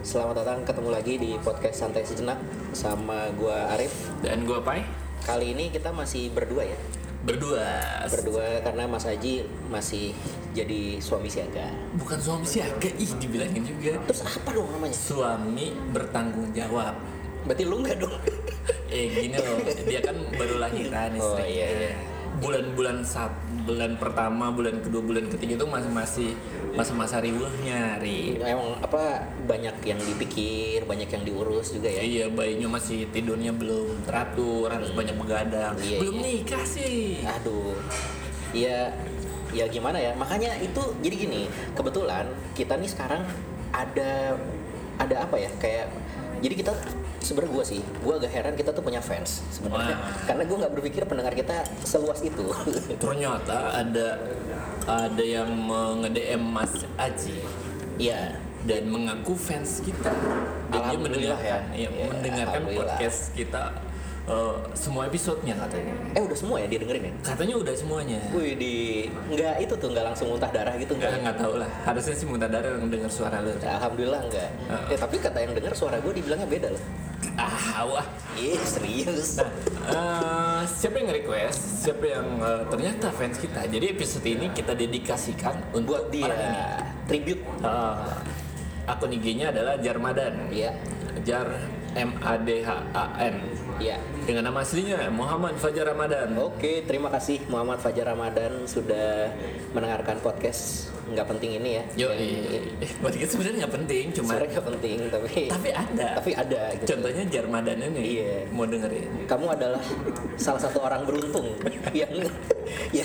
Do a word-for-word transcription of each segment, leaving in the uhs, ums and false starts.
selamat datang ketemu lagi di podcast Santai Sejenak sama gua Arif dan gua Pai. Kali ini kita masih berdua ya. Berdua. Berdua karena Mas Haji masih jadi suami siaga. Bukan suami siaga, ih dibilangin juga. Terus apa dong namanya? Suami bertanggung jawab. Berarti lu enggak dong? Eh gini loh, dia kan baru lahiran istri. Oh iya. Bulan-bulan sab, bulan pertama, bulan kedua, bulan ketiga itu masih masih masa-masa riwehnya, Ri. Emang apa banyak yang dipikir, banyak yang diurus juga ya. Iya, bayinya masih tidurnya belum teratur, harus banyak begadang. Iya, belum iya. nikah sih. Aduh. Iya, ya gimana ya? Makanya itu jadi gini, kebetulan kita nih sekarang ada ada apa ya? Kayak jadi kita sebenarnya gue sih, gue agak heran kita tuh punya fans sebenarnya, karena gue nggak berpikir pendengar kita seluas itu. Ternyata ada ada yang nge-D M Mas Aji, Iya. dan mengaku fans kita. Dan dia mendengarkan, ya, ya, mendengarkan podcast kita uh, semua episodenya katanya. Eh udah semua ya dia dengerin ya? Katanya udah semuanya. Wih di nggak itu tuh nggak langsung muntah darah gitu Nggak nggak? nggak tahu lah. Harusnya sih muntah darah yang dengar suara lu. Alhamdulillah enggak. Uh. Ya tapi kata yang dengar suara gue dibilangnya beda loh. Ah, wah. Iya serius. Nah, uh, siapa yang nge-request? Siapa yang uh, ternyata fans kita? Jadi episode ini kita dedikasikan untuk Buat dia orang ini. tribute. Uh, akun I G-nya adalah Jarmadan. Iya. Jar M A D H A N. Iya. Dengan nama aslinya Muhammad Fajar Ramadan. Oke, terima kasih Muhammad Fajar Ramadan sudah mendengarkan podcast nggak penting ini ya. Yo, Yang- eh, podcast sebenarnya nggak penting, cuma Sebenarnya nggak penting, tapi tapi ada. tapi ada. Gitu. Contohnya Jarmadan ini. Iya. Mau dengerin? Kamu adalah salah satu orang beruntung yang ya,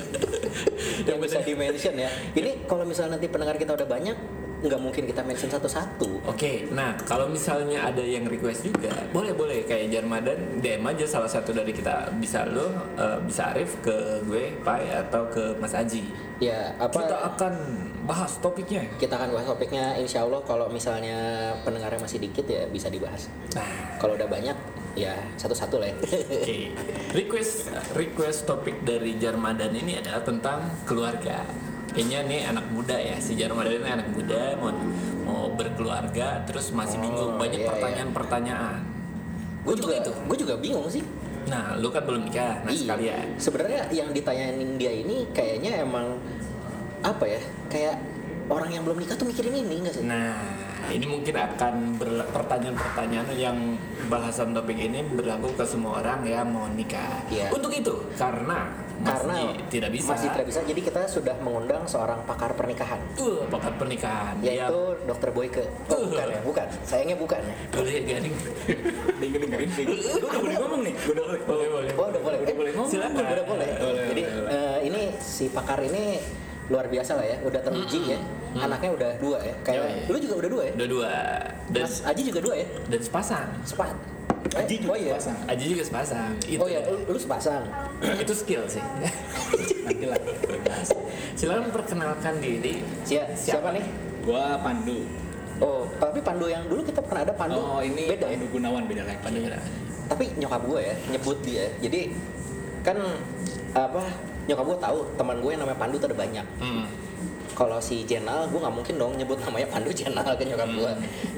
yang bisa di-mention ya. Ini kalau misalnya nanti pendengar kita udah banyak, nggak mungkin kita mention satu-satu. Oke, nah kalau misalnya ada yang request juga, boleh boleh kayak Jarmadan D M aja salah satu dari kita, bisa lo, uh, bisa Arif ke gue, Pai, atau ke Mas Aji. Ya, apa Kita akan bahas topiknya. kita akan bahas topiknya insya Allah kalau misalnya pendengarnya masih dikit ya bisa dibahas. Nah, Kalau udah banyak ya satu-satu lah ya. Oke, request request topik dari Jarmadan ini adalah tentang keluarga. Kayaknya nih anak muda ya, si Jarmadan ini anak muda mau mau berkeluarga, terus masih bingung, Oh, banyak iya, pertanyaan-pertanyaan. Gue Untuk juga itu. gue juga bingung sih. Nah, lu kan belum nikah, nah Iya. sekalian. Sebenarnya yang ditanyain dia ini kayaknya emang apa ya? Kayak orang yang belum nikah tuh mikirin ini enggak sih? Nah, ini mungkin akan ber- pertanyaan-pertanyaan yang bahasan topik ini berlaku ke semua orang yang mau nikah. Iya. Untuk itu, karena Karena masih tidak bisa. Masih tidak bisa. Jadi kita sudah mengundang seorang pakar pernikahan. Uh, pakar pernikahan. Yaitu Yang- Dokter Boyke. Oh, bukan ya, bukan. Sayangnya bukan ya. boleh garing. Dengerin, dengerin, dengerin. Gue udah boleh ngomong nih. Gue udah boleh. Boleh, boleh. Oh, udah boleh. Udah boleh ngomong. Silakan. Udah boleh. Boleh, Jadi boleh, eh, ini si pakar ini luar biasa lah ya. Udah teruji ya. Anaknya udah dua ya. Kayak Yoi. lu juga udah dua ya. Udah dua. Dan Mas Aji juga dua ya. dan sepasang. Sepat. Aji juga oh iya. sepasang. Aji juga sepasang. Itu Oh iya, lu, lu sepasang. itu skill sih. Nanti lah. Silakan perkenalkan diri. Siapa, siapa nih? Gue Pandu. Oh, tapi Pandu yang dulu kita pernah ada Pandu. Oh ini beda Pandu ya. Gunawan, beda lagi. Pandu ya. Tapi nyokap gue ya nyebut dia. Jadi kan apa? Nyokap gue tahu teman gue yang namanya Pandu tuh ada banyak. Hmm. Kalau si Jenal, gue nggak mungkin dong nyebut namanya Pandu Jenal ke nyokap gue.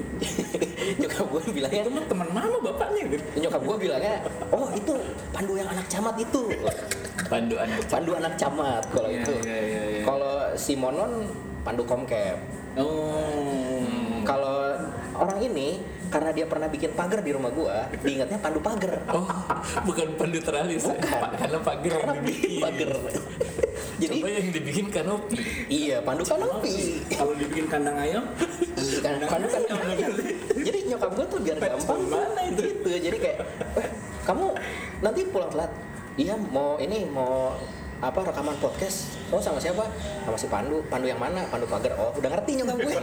Nyokap gue bilangnya, Temen teman mama bapaknya gitu. nyokap gue bilangnya, oh itu Pandu yang anak camat itu. Pandu anak. Pandu anak camat kalau Iya, itu. iya, iya, iya. Kalau si Monon Pandu Komcap. Oh. Kalau orang ini karena dia pernah bikin pagar di rumah gua, diingatnya Pandu Pagar. Oh, bukan pandu teralis. Bukan. Pak, karena pagar Karena yang bikin dibikin. pagar. Jadi Coba yang dibikin kanopi. iya Pandu Kanopi. Kalau dibikin kandang ayam, Iya kan Pandu Kanopi. Jadi nyokap gua tuh biar gampang mana itu? gitu. Jadi kayak, eh, kamu nanti pulang telat. Iya mau ini mau apa rekaman podcast. Oh sama siapa? Sama si Pandu. Pandu yang mana? Pandu Pagar. Oh udah ngerti nyokap gue.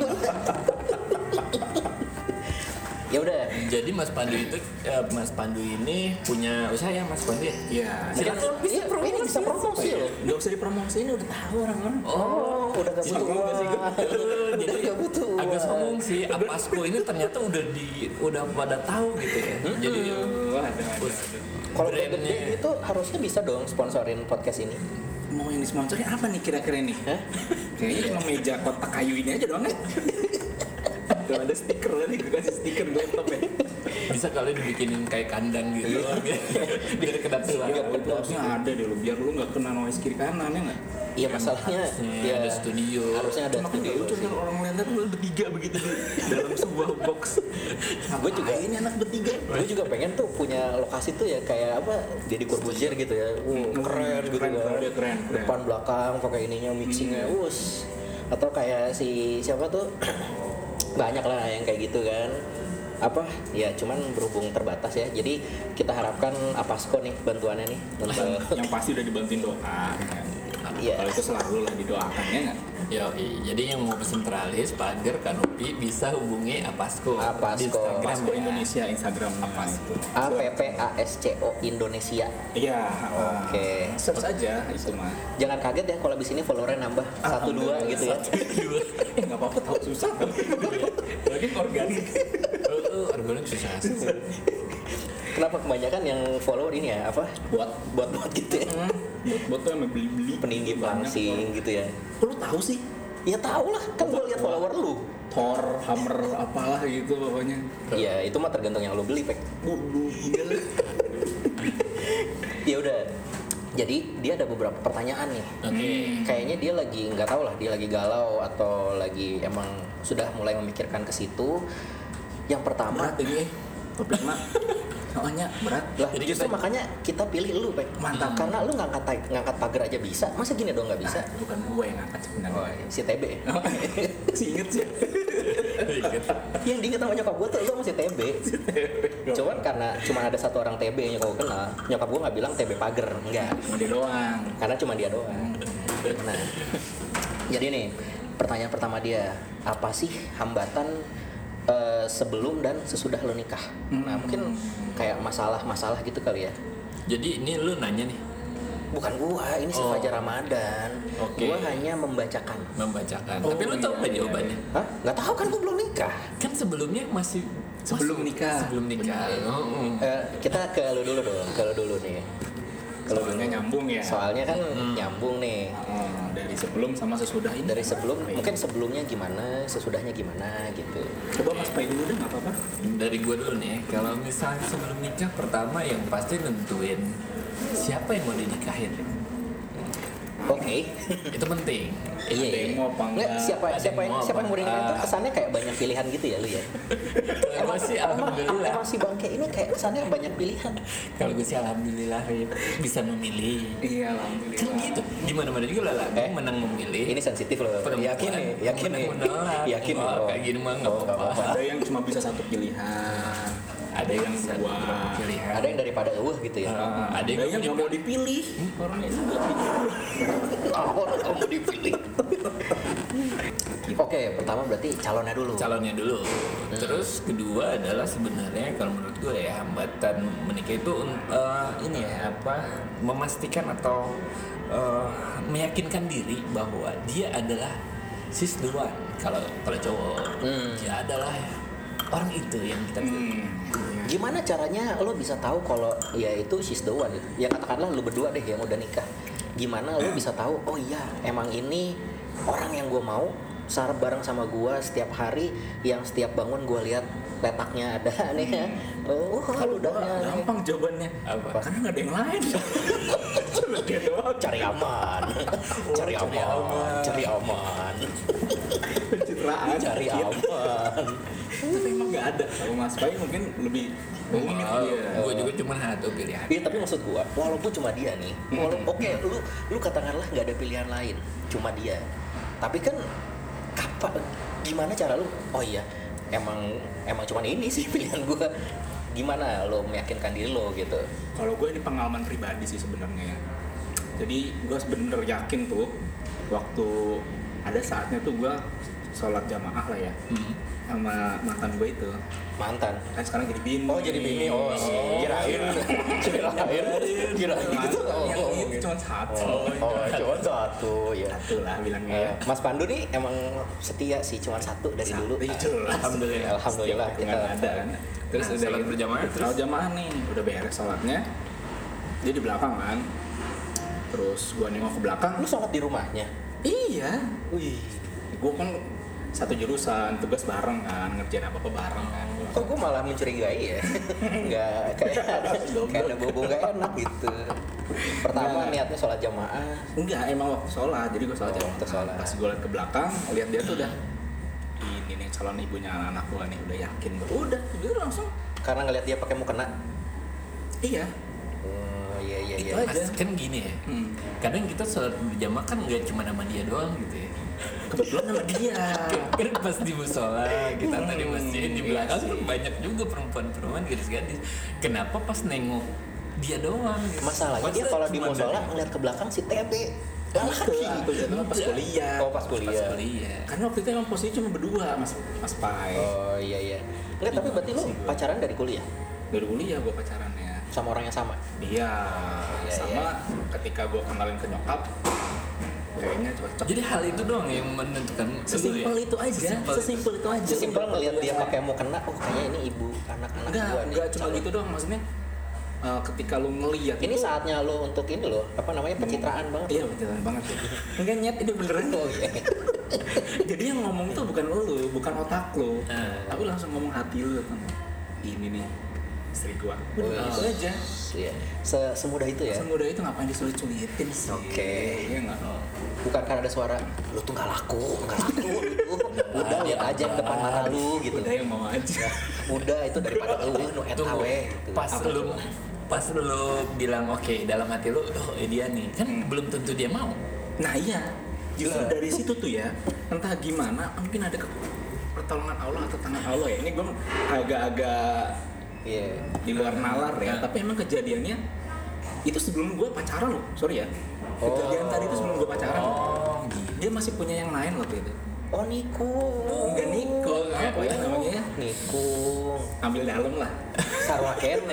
Ya udah. Jadi Mas Pandu itu, eh, Mas Pandu ini punya usaha ya, Mas Pandu ya? Iya. Silakan bisa Iya, promosi. ini bisa promosi loh. Nggak usah dipromosiin, udah tahu orang-orang. Oh, udah gak butuh Sombong uang. gak sih gua? Jadi Udah gak butuh uang. agak sombong sih. Apasco ini ternyata udah di udah pada tahu gitu ya. Jadi Wah, ada, ada, us- ada. Kalau udah brandnya. gede itu harusnya bisa dong sponsorin podcast ini. Mau yang disponsorin apa nih kira-kira nih? Hah? Kayaknya cuma meja kotak kayu ini aja doang ya. Tuh ada stiker tadi, gue kasih stiker di laptop ya. Bisa kalau dibikinin kayak kandang gitu biar kedap suara. Ya, itu harusnya ada deh lo, biar lu nggak kena noise kiri kanan ya nggak? Iya masalahnya Ya, ya ada studio. harusnya ada Cuma kan studio gak lucu sih. kan orang ngeliat lu bertiga begitu di dalam sebuah box. Gue juga ini anak bertiga. gue juga pengen tuh punya lokasi tuh ya kayak apa Deddy Corbuzier gitu ya, uh, keren gitu Keren, kan, keren, keren, keren. depan belakang pakai ininya mixingnya, us atau kayak si siapa tuh banyak lah yang kayak gitu kan apa ya cuman berhubung terbatas ya jadi kita harapkan Apasco nih bantuannya nih untuk Yang pasti udah dibantuin doa. Iya. Kalau itu selalu lah didoakan ya nggak? Yo, jadi yang mau pesen teralis, pagar, kanopi bisa hubungi Apasco, Apasco. di Instagram Apasco ya. Indonesia Instagram Apasco. A P P A S C O Indonesia. Iya. Oke. Search aja itu mah. Jangan kaget ya kalau abis ini followernya nambah satu dua gitu ya. Dua. Eh nggak apa-apa tahu susah. Lagi organik. Oh, organik susah. Kenapa kebanyakan yang follower ini ya apa Buat buat buat gitu ya buat buat tuh yang beli-beli peninggi langsing gitu ya. Kok lu tahu sih? Ya tau lah kan gue lihat follower lu. Thor, Hammer, apalah gitu pokoknya. Iya itu mah tergantung yang lu beli pek. Waduh, gila. Ya udah. Jadi dia ada beberapa pertanyaan nih. Oke. Kayaknya dia lagi nggak tahu lah dia lagi galau atau lagi emang sudah mulai memikirkan ke situ. Yang pertama Berat ini topik mah. Soalnya berat. lah Jadi justru kita- makanya kita pilih lu pek. Mantap. Karena lu ngangkat ta- ngangkat pagar aja bisa. Masa gini dong nggak bisa? Nah, bukan gue yang ngangkat sebenarnya. Oh, si T B. Si inget sih. Yang diinget sama nyokap gue tuh lu masih T B. Cuman karena cuma ada satu orang T B yang nyokap gue kenal, nyokap gue nggak bilang T B pagar, enggak. Cuma dia doang. Karena cuma dia doang. Nah, jadi nih pertanyaan pertama dia, apa sih hambatan eh, sebelum dan sesudah lo nikah? Nah mungkin kayak masalah-masalah gitu kali ya. Jadi ini lu nanya nih, Bukan gua, ini si Oh. Fajar Ramadan. Oke. Gua hanya membacakan. membacakan. Oh, Tapi lu tahu iya, nggak iya, jawabannya? Hah? Nggak tahu kan gua belum nikah. Kan sebelumnya masih Sebelum masuk. nikah. Sebelum nikah. Oh, Eh, kita ke lu dulu dong, ke lu dulu nih. Kalau Soalnya dulu. nyambung ya. Soalnya kan nyambung nih. Oh, dari sebelum sama sesudah ini. Dari sebelum, mungkin sebelumnya gimana, sesudahnya gimana gitu. Coba Mas Pai dulu deh, nggak apa-apa. Dari gue dulu nih, kalau misalnya sebelum nikah pertama yang pasti nentuin siapa yang mau dinikahin. Oke. Itu penting. Iya, Ada iya. yang mau apa Nggak, enggak? siapa Ada siapa yang yang mau siapa yang apa mau dinikahin itu enggak? kesannya kayak banyak pilihan gitu ya lu ya. Emang sih emang, alhamdulillah. emang si bangke ini kayak kesannya banyak pilihan. Kalau gue sih alhamdulillah bisa memilih. Iya, Kan alhamdulillah. gitu. Di mana-mana juga lah lagu Eh, menang memilih. Ini sensitif loh. Perempuan Yakin nih, yakin nih. menang-menang. Yakin Wah, nih. kayak gini mah nggak Oh, nggak apa-apa. Ada yang cuma bisa satu pilihan. Ada yang dua. Pilihan. Ada yang daripada eueuh gitu ya. Ah, ada Ada yang yang nggak mau dipilih. Orang itu nggak dipilih. Oh, kamu dipilih. Oke, pertama berarti calonnya dulu. calonnya dulu. Terus kedua adalah sebenarnya kalau menurut gue ya hambatan menikah itu eh, ini ya apa memastikan atau eh, meyakinkan diri bahwa dia adalah sis the one. Kalau kalau cowok Hmm. dia adalah orang itu yang kita pilih. Hmm. Gimana caranya lo bisa tahu kalau ya itu she's the one gitu? Ya katakanlah lo berdua deh yang udah nikah. Gimana lo bisa tahu oh iya emang ini orang yang gue mau sarap bareng sama gue setiap hari yang setiap bangun gue lihat letaknya ada nih ya. Oh, Kalau udah gua gampang jawabannya. Apa? Karena nggak ada yang lain. Cuma dia doang. cari aman. cari aman, cari aman. Pencitraan. Cari dikit. aman. Tapi emang nggak ada. Kalau Mas Pai mungkin lebih rumit Wow, dia. gue juga cuma satu pilihan. Iya tapi maksud gua, walaupun cuma dia nih, walaupun oke lu lu katakanlah nggak ada pilihan lain, cuma dia. Tapi kan kapan gimana cara lu? Oh iya, emang emang cuma ini sih pilihan gua. Gimana lo meyakinkan diri lo gitu? Kalau gue ini pengalaman pribadi sih sebenarnya ya. Jadi gue bener yakin tuh waktu ada saatnya tuh gue sholat jamaah lah ya Hmm. sama mantan gue itu. Mantan. Kan sekarang jadi bini. Oh jadi bini, oh, kirain, kirain, kirain gitu. Oh, Yang oh, itu gitu. cuma satu. Oh, cuma satu ya. Satu lah bilangnya ya. Eh, Mas Pandu nih emang setia sih, cuma satu dari Satu, dulu. iya, jelas. Alhamdulillah, alhamdulillah Setiap hitungan ada kan. Terus Nah, udah sholat gitu. berjamaah, terus? Sholat jamaah nih, udah beres sholatnya. Dia di belakang kan. Terus gue nengok ke belakang. Lu sholat di rumahnya? Iya. Wih. Gue kan satu jurusan, tugas bareng kan, ngerjain apa-apa bareng kan. Kok gue malah mencurigai ya? Nggak, kayak ada, kayak ada bau nggak enak gitu. Pertama Nggak. niatnya sholat jamaah. Enggak, emang waktu sholat, jadi gue sholat Oh, jamaah. waktu sholat. Pas gue liat ke belakang, lihat dia tuh udah ini nih calon ibunya anak gue nih, udah yakin gue. Udah, dia langsung. Karena ngeliat dia pakai mukena. Iya. Oh iya iya iya. Itu aja. Mas, kan gini ya. Hmm. Kadang kita sholat berjamaah kan nggak cuma nama dia doang gitu ya. Kebetulan sama dia. Kan pas di musola kita Hmm, tadi masjid di iya belakang sih. kan banyak juga perempuan-perempuan gadis-gadis. Kenapa pas nengok dia doang? Gitu? Masalahnya dia Masa kalau di cuma musola dari- ngeliat ke belakang si T B. Nah, itu aku jadinya pas kuliah. Oh pas pas kuliah. kuliah. Karena waktu itu emang posisinya cuma berdua, Mas Mas Pai. Oh iya iya. Nggak, tapi berarti lu pacaran dari kuliah Dari kuliah gue pacarannya. sama orang yang sama. Dia Iya, sama ketika gue kenalin ke nyokap, kayaknya cocok. Jadi hal itu doang yang menentukan Sesimpel lu ya? itu aja, Sesimpel- sesimpel itu aja. Sesimpel ngeliat dia pakai mukena, oh kayaknya ini ibu anak-anak Enggak, gua nih. enggak cuma gitu doang, maksudnya eh, ketika lu ngeliat Ini itu, saatnya lo untuk ini loh, apa namanya pencitraan banget. iya beneran banget ya. Enggak nyet, ini beneran. Oh iya. Jadi yang ngomong tuh bukan lu, bukan otak lu, Eh. tapi langsung ngomong hati lu kan. Ini nih istri gua. Oh, Udah, itu aja. Iya. Se- Semudah itu ya. Semudah itu ngapain disulit-sulitin sih? Oke. Iya enggak? Bukan karena ada suara lu tuh nggak laku, nggak laku gitu. Udah lihat aja ke depan mata lu gitu. Udah yang mau aja. Udah itu daripada lu nu eta Tunggu, we gitu. pas Apa lu coba? pas lu bilang oke dalam hati lu, oh eh, dia nih kan Hmm. belum tentu dia mau. Nah iya, justru Iya. dari situ tuh ya, entah gimana, mungkin ada ke- pertolongan Allah atau tangan Allah ya. Ini gue agak-agak Iya. di luar nalar ya, Nah. tapi emang kejadiannya itu sebelum gue pacaran loh, sorry ya. Kejadian Oh. tadi itu sebelum gue pacaran. Oh, gitu. Dia masih punya yang lain waktu itu. Oh Niku. Enggak Niko, apa ya namanya ya? Nikung. Ambil dalam lah. Sarwa kene.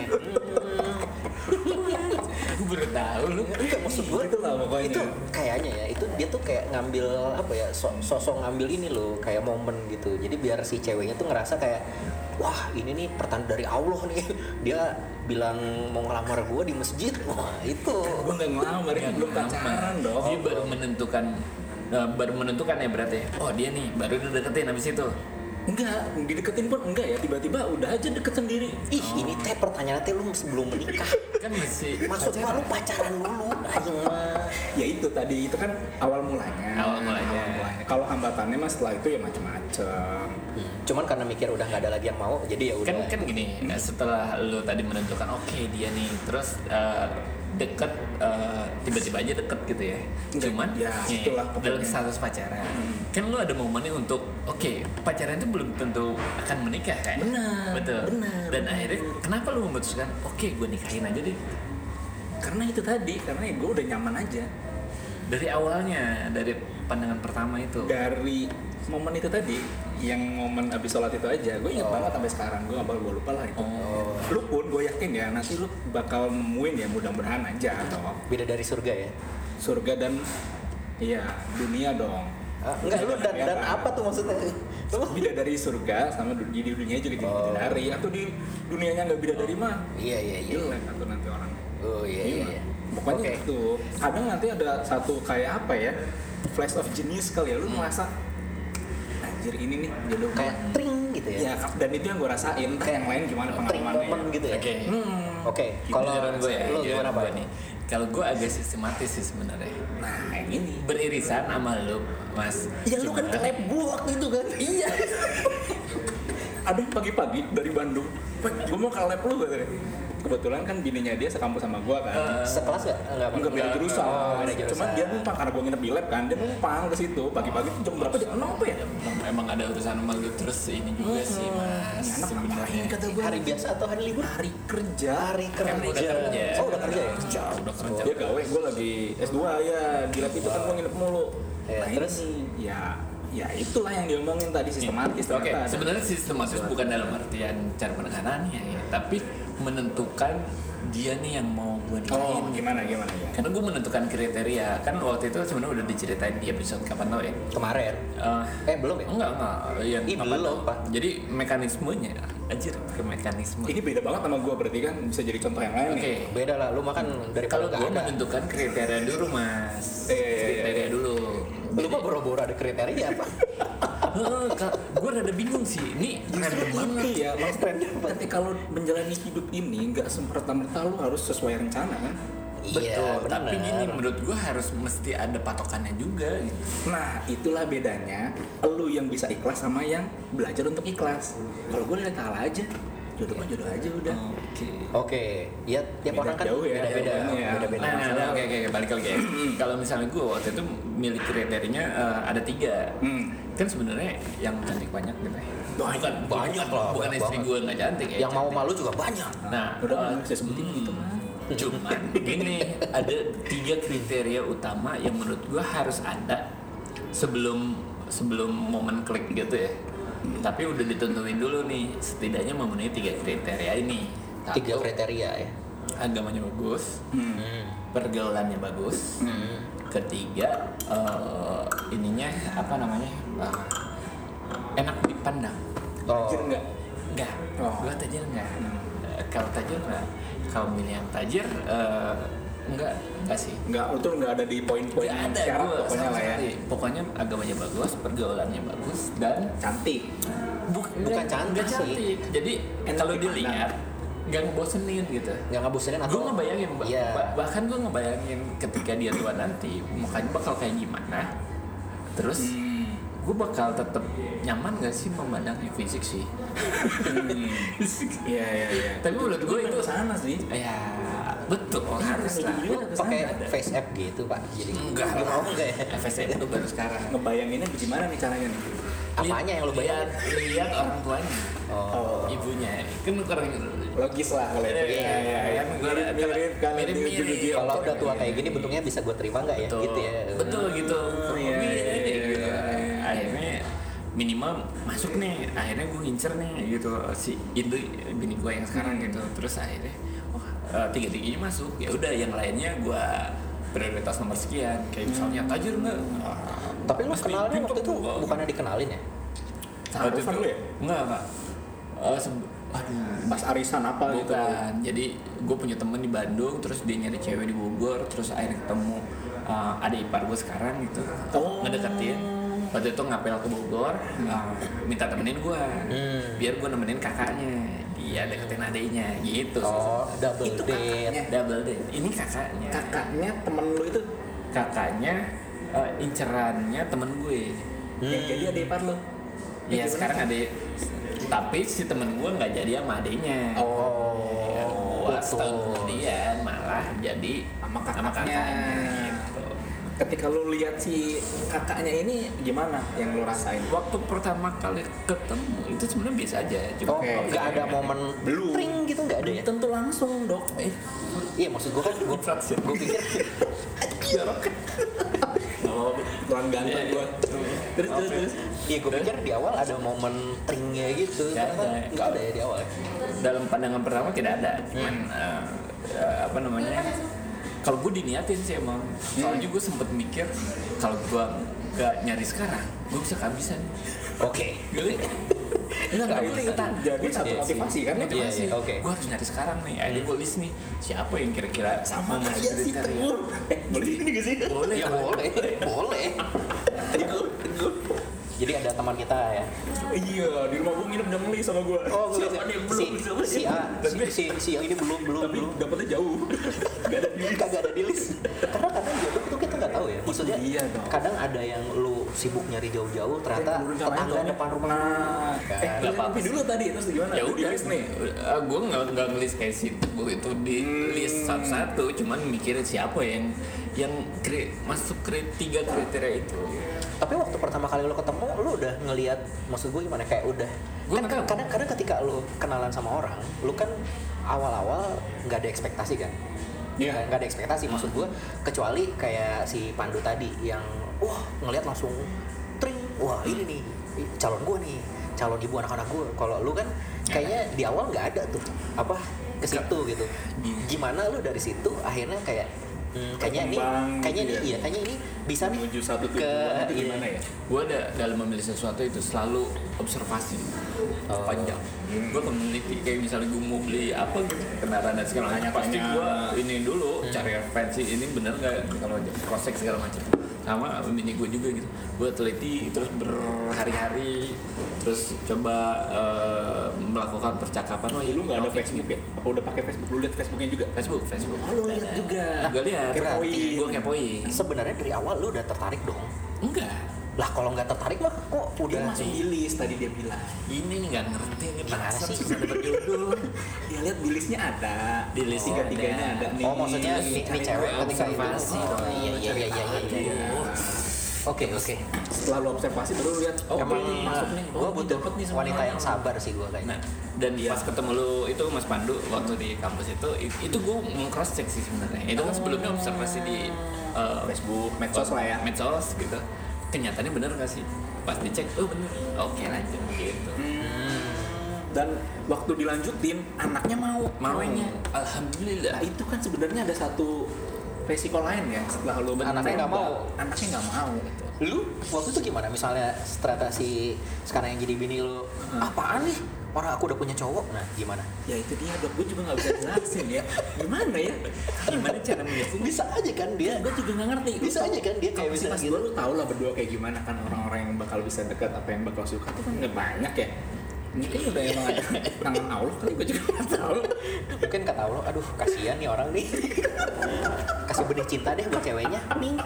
Gue baru tahu lu. Enggak maksud gue Gitu lah pokoknya. itu kayaknya ya itu dia tuh kayak ngambil apa ya so- sosok ngambil ini loh kayak momen gitu jadi biar si ceweknya tuh ngerasa kayak wah ini nih pertanda dari Allah nih dia bilang mau ngelamar gue di masjid wah itu Gue nggak ngelamar, itu Nggak belum lama. pacaran dong. Dia baru menentukan eh, baru menentukan ya berarti. Oh dia nih baru dideketin habis itu. Enggak, dideketin pun enggak ya, tiba-tiba udah aja deket sendiri. ih ini teh pertanyaan teh lu sebelum menikah Kan masih maksud gua lu pacaran dulu ayo mah Ya itu tadi, itu kan awal mulanya. Awal mulanya. Kalau hambatannya mas setelah itu ya macam-macam. cuman karena mikir udah nggak ada lagi yang mau jadi ya udah kan kan gini nah, setelah lu tadi menentukan oke dia nih terus eh, deket eh, tiba-tiba aja deket gitu ya Enggak, cuman ya, nih, itulah dalam pokoknya. status pacaran kan lu ada momennya untuk oke pacaran itu belum tentu akan menikah kan Benar, betul benar, dan benar. akhirnya kenapa lu memutuskan oke gue nikahin aja deh Karena itu tadi, karena ya gue udah nyaman aja. dari awalnya dari pandangan pertama itu Dari momen itu tadi, yang momen abis sholat itu aja, gue inget Oh. banget sampai sekarang. Gue gak bakal gue lupa lah itu. Oh. Lu pun gue yakin ya, nanti lu bakal nemuin ya, mudah-mudahan aja toh. beda dari surga ya Surga dan iya dunia dong. ah, enggak lu dan, dan apa tuh maksudnya lu Beda dari surga sama du- di dunia juga jadi Oh. bidadari, atau di dunianya nggak bidadari mah iya iya iya jelek atau nanti orang. oh iya iya, iya. Pokoknya Oke. itu. Kadang nanti ada satu kayak apa ya, flash of genius kali ya, lu merasa anjir ini nih jodoh gua. kayak tring gitu ya, Ya, dan itu yang gue rasain. Entah yang lain gimana tring pengalamannya. momen gitu ya oke Hmm. oke Gitu kalau jalan gue ya lu jalan gimana gue pak nih kalau gue agak sistematis sih sebenarnya Nah, yang ini. beririsan sama lu mas Ya lu kan ke lab gua waktu itu kan. Iya. Ada yang pagi-pagi dari Bandung. Gue mau ke lab lu katanya. Kebetulan kan bininya dia sekampus sama gua kan. sekelas nggak enggak Enggak beda jurusan. oh, beda jurusan. Cuman dia numpang karena gua nginep di lab kan. Dia numpang ke situ pagi-pagi tuh jam berapa? Jam enam apa ya? Emang, emang ada urusan sama lu terus ini juga sih mas Ini anak sebenarnya ngapain kata gua? hari biasa atau hari libur Hari kerja. hari kerja Kan udah kerja. oh udah kerja ya kerja udah kerja Dia gawe, gue lagi S dua ya. Di lab itu kan gua nginep mulu. Ya, Nah, terus? ini, ya ya itulah yang diomongin tadi, sistematis. Oke, ternyata ada. sebenarnya sistematis bukan dalam artian cara penanganannya ya, tapi menentukan dia nih yang mau gue nikahin. Oh, gimana gimana ya? Karena gue menentukan kriteria, kan waktu itu sebenarnya udah diceritain di episode kapan tau ya? kemarin Eh, eh belum ya enggak enggak, yang Ih, kapan belum, tau. Pak. Jadi mekanismenya, anjir ke mekanisme. Ini beda banget sama gue, berarti kan bisa jadi contoh yang lain Oke, nih. beda lah lu makan dari kalau nggak gue ada menentukan kriteria dulu mas, Eh, iya, iya, kriteria iya. dulu. lu mah boro-boro ada kriteria apa Gue rada bingung sih. Ini Justru itu ya, maksudnya tapi kalau menjalani hidup ini nggak semerta-merta lu harus sesuai rencana kan? betul. Tapi benar. gini menurut gue harus mesti ada patokannya juga. Gitu. Nah, itulah bedanya lu yang bisa ikhlas sama yang belajar untuk ikhlas. Kalau gue lihat kalah aja, jodoh mah jodoh aja udah. Oke. Oke, ya tiap Beda orang kan jauh ya, beda-beda, jawabannya ya. beda-beda. Nah, nah, masalah. nah, oke, oke, oke, balik lagi ya. Kalau misalnya gue waktu itu milih kriterianya eh, ada tiga. Hmm. Kan sebenarnya yang cantik banyak gitu ya. Bukan, banyak bukan, lah, bukan banyak istri banget. gue nggak cantik ya. Yang mau cantik. malu juga banyak. Nah, Udah eh, nggak bisa sebutin gitu mah. cuman gini, ada tiga kriteria utama yang menurut gue harus ada sebelum sebelum momen klik gitu ya. Tapi udah ditentuin dulu nih, setidaknya memenuhi tiga kriteria ini. Tiga Satu, kriteria ya. agamanya bagus, Hmm. pergaulannya bagus. Hmm. Ketiga, eh, ininya apa namanya? eh, enak dipandang. Oh. Tajir enggak? Enggak, Oh. gua tajir enggak. Eh, kalau tajir enggak. Kalau milih yang tajir, eh, enggak, enggak sih. Enggak, itu enggak ada di poin-poin Enggak ada syarat gua pokoknya sama lah ya. sekali. Pokoknya agamanya bagus, pergaulannya bagus dan Cantik. bu- Bukan enggak- cantik enggak sih. cantik. Jadi Enak kalau dipandang. dilihat nggak ngebosenin gitu. Nggak ngebosenin atau? Gue ngebayangin, bah- Iya. bah- bahkan gue ngebayangin ketika dia tua nanti, mukanya bakal kayak gimana. Terus Hmm. gue bakal tetap nyaman gak sih memandangnya fisik sih? Iya, iya, iya. Tapi menurut gue itu sana sih. ya betul harus lah. Lu pakai face app gitu pak, jadi Enggak lu lah. mau nggak ya? F S M itu baru sekarang. Ngebayanginnya gimana nih caranya nih? Apanya yang lu bayar? Lihat, lihat orang tuanya, Oh. ibunya. Kan orang Logis lah kalau itu. Iya, iya, iya. Mirip-mirip kan. Mirip-mirip. Mirip-mirip. Kalau udah tua kayak gini bentuknya bisa gue terima nggak ya? Betul, Gitu ya. betul gitu. iya, Mirip, iya, iya, gitu. iya, iya. Akhirnya minimal masuk nih. Akhirnya gue ngincer nih gitu si Indo bini gue yang sekarang gitu. Terus akhirnya wah eh, tiga-tiganya masuk. Ya udah yang lainnya gue prioritas nomor sekian. Kayak misalnya tajir nggak? Ah, Tapi lu mesti kenalnya pinter waktu itu gua. bukannya dikenalin ya? Waktu Taruhan itu lu ya? enggak enggak. Eh, sebe- aduh Pas arisan apa gitu. bukan, jadi gue punya temen di Bandung, terus dia nyari cewek di Bogor, terus akhirnya ketemu uh, adik ipar gue sekarang gitu, Oh. ngedeketin. Waktu itu ngapel ke Bogor, uh, minta temenin gue, Hmm. biar gue nemenin kakaknya, dia deketin adiknya, gitu. Oh, double Itu date. kakaknya. Double date. Ini kakaknya, Kakaknya temen lu itu kakaknya uh, incerannya temen gue. yang Hmm. jadi adik ipar lu. Iya sekarang adik, tapi si temen gue nggak jadi sama adiknya. Oh, Gua betul. setahun kemudian malah jadi Sama sama kakaknya. kakaknya gitu. Ketika lu lihat si kakaknya ini gimana yang lu rasain? Waktu pertama kali ketemu itu sebenarnya biasa aja. Cuma Oh, Oke. nggak ada momen Belum. tring gitu nggak ada ya? Tentu langsung dok. eh, Iya maksud gue kan gue Infraction. gue pikir oh, Tuan ganteng gua. Terus terus terus. iya gue pikir di awal ada momen tringnya gitu. Nggak Ternyata ada. nggak ada ya di awal. ya? dalam pandangan pertama tidak ada. Cuman eh, eh, apa namanya? Kalau gue diniatin sih emang. Soalnya gue sempet mikir kalau gue gak nyari sekarang, gue bisa kehabisan. Oke. Gitu. Enggak, enggak boleh ikutan. Jadi satu Iya sih. motivasi kan? Iya, Motivasi. iya, oke. Gue harus nyari sekarang nih. Akhirnya gue list nih siapa yang kira-kira Sama memenuhi aja sih kriteria. Tegur. Eh boleh ini gak sih? Boleh. Ya boleh, boleh. Tegur, tegur. Jadi ada teman kita ya. Iya, di rumah gua nginep udah beli sama gua. Oh, siapa nih belum? si, Siapa si nih? A, si, si, si yang ini belum belum Tapi belum. dapetnya jauh. Gak ada di Kagak ada di list. Karena kadang jodoh itu kita nggak tahu ya. Maksudnya Iya dong. kadang ada yang lu sibuk nyari jauh-jauh, ternyata tetangga depan rumah. Nah, Kan. eh, Nggak apa-apa tapi dulu tadi terus gimana? Ya Di udah list nih. Uh, gue nggak nggak ngelis kayak situ itu di list satu-satu, cuman mikirin siapa yang yang kri, masuk kri, tiga kriteria itu. Tapi waktu pertama kali lu ketemu, lu udah ngelihat, maksud gue gimana, kayak udah Gua kan nggak tahu. kadang-kadang ketika lu kenalan sama orang, lu kan awal-awal nggak ada ekspektasi kan. Iya. Nggak ada ekspektasi, maksud gue kecuali kayak si Pandu tadi yang wah ngelihat langsung tring, wah ini nih calon gue nih, calon ibu anak-anak gue. Kalau lu kan kayaknya di awal nggak ada tuh apa ke situ gitu. Gimana lu dari situ akhirnya kayak hmm, kayaknya ini Berkembang kayaknya gitu ini ya. iya kayaknya ini bisa nih Menuju satu ke tujuan itu iya. gimana ya? Gue ada dalam memilih sesuatu itu selalu observasi Oh. panjang. Gue meneliti kayak misalnya gue mau beli apa gitu kendaraan dan segala macam. Tanya-tanya. Pasti gue ini dulu cari referensi ini bener nggak kalau cross check segala macam. sama bini gue juga gitu. Gue teliti terus berhari-hari, terus coba uh, melakukan percakapan. Oh, lu nggak ada Facebook ya? Apa udah pakai Facebook? Lu lihat Facebooknya juga? Facebook, Facebook. Oh, lu lihat juga. Gue lihat. Kepoin. Gue kepoin. Sebenarnya dari awal lu udah tertarik dong? Enggak. Lah kalau nggak tertarik mah kok udah Dia masuk bilis tadi dia bilang. Ini nggak ngerti nih Gimana pasar sih? susah dapat jodoh. Dia lihat bilisnya ada. Di list tiga tiganya ada. ada nih. Oh maksudnya ini, ini cewek ketika itu. observasi Oh, dong. iya iya iya iya iya. iya. Oke oke. Setelah lu observasi baru lu lihat. Oh, Emang ini masuk nih. gue Oh, butuh dapet nih sama wanita orang. yang sabar sih gue kayaknya. Nah, dan pas ketemu lu itu Mas Pandu waktu di kampus itu, i- itu gue cross check sih sebenarnya. Itu kan sebelumnya observasi di uh, Facebook, medsos lah ya. Medsos gitu. Kenyataannya bener gak sih? Pas dicek, oh bener. Oke lanjut gitu. Dan waktu dilanjutin anaknya mau. Maunya, alhamdulillah. Nah itu kan sebenarnya ada satu resiko lain ya setelah lu bener- Anaknya nggak mau. Anaknya nggak mau. Gitu. Lu waktu itu gimana? Misalnya strategi sekarang yang jadi bini lu, apaan nih? Orang aku udah punya cowok, nah gimana? Ya itu dia dok, gue juga nggak bisa jelasin ya. Gimana ya? Gimana cara menjelasin? Bisa aja kan dia. Gue juga nggak ngerti. Bisa aja kan dia kayak bisa Pas gitu. gue lu tau lah berdua kayak gimana kan orang-orang yang bakal bisa dekat apa yang bakal suka tuh kan nggak banyak ya. Mungkin udah emang ada tangan Allah kali gue juga nggak tahu. Mungkin kata Allah, aduh kasihan nih orang nih. Kasih benih cinta deh buat ceweknya. Ning.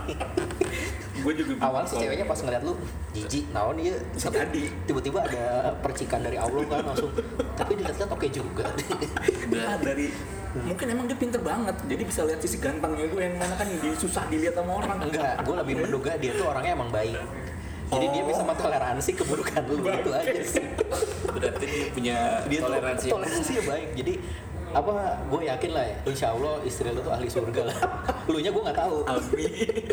Gue juga Awal si ceweknya pas ngeliat lu, jijik, naon dia. Bisa Tapi jadi. tiba-tiba ada percikan dari Allah kan langsung. Tapi dilihat-lihat oke juga. Nah, dari mungkin emang dia pinter banget jadi bisa lihat sisi gantengnya gue yang mana kan dia susah dilihat sama orang. Enggak, gue lebih menduga dia tuh orangnya emang baik. Jadi dia bisa mentoleransi keburukan lu itu aja sih. Berarti dia punya Dia tuh toleransi. toleransinya baik. Jadi apa gue yakin lah ya, insya Allah istri lu tuh ahli surga lah. Lu nya gue nggak tahu. Amin.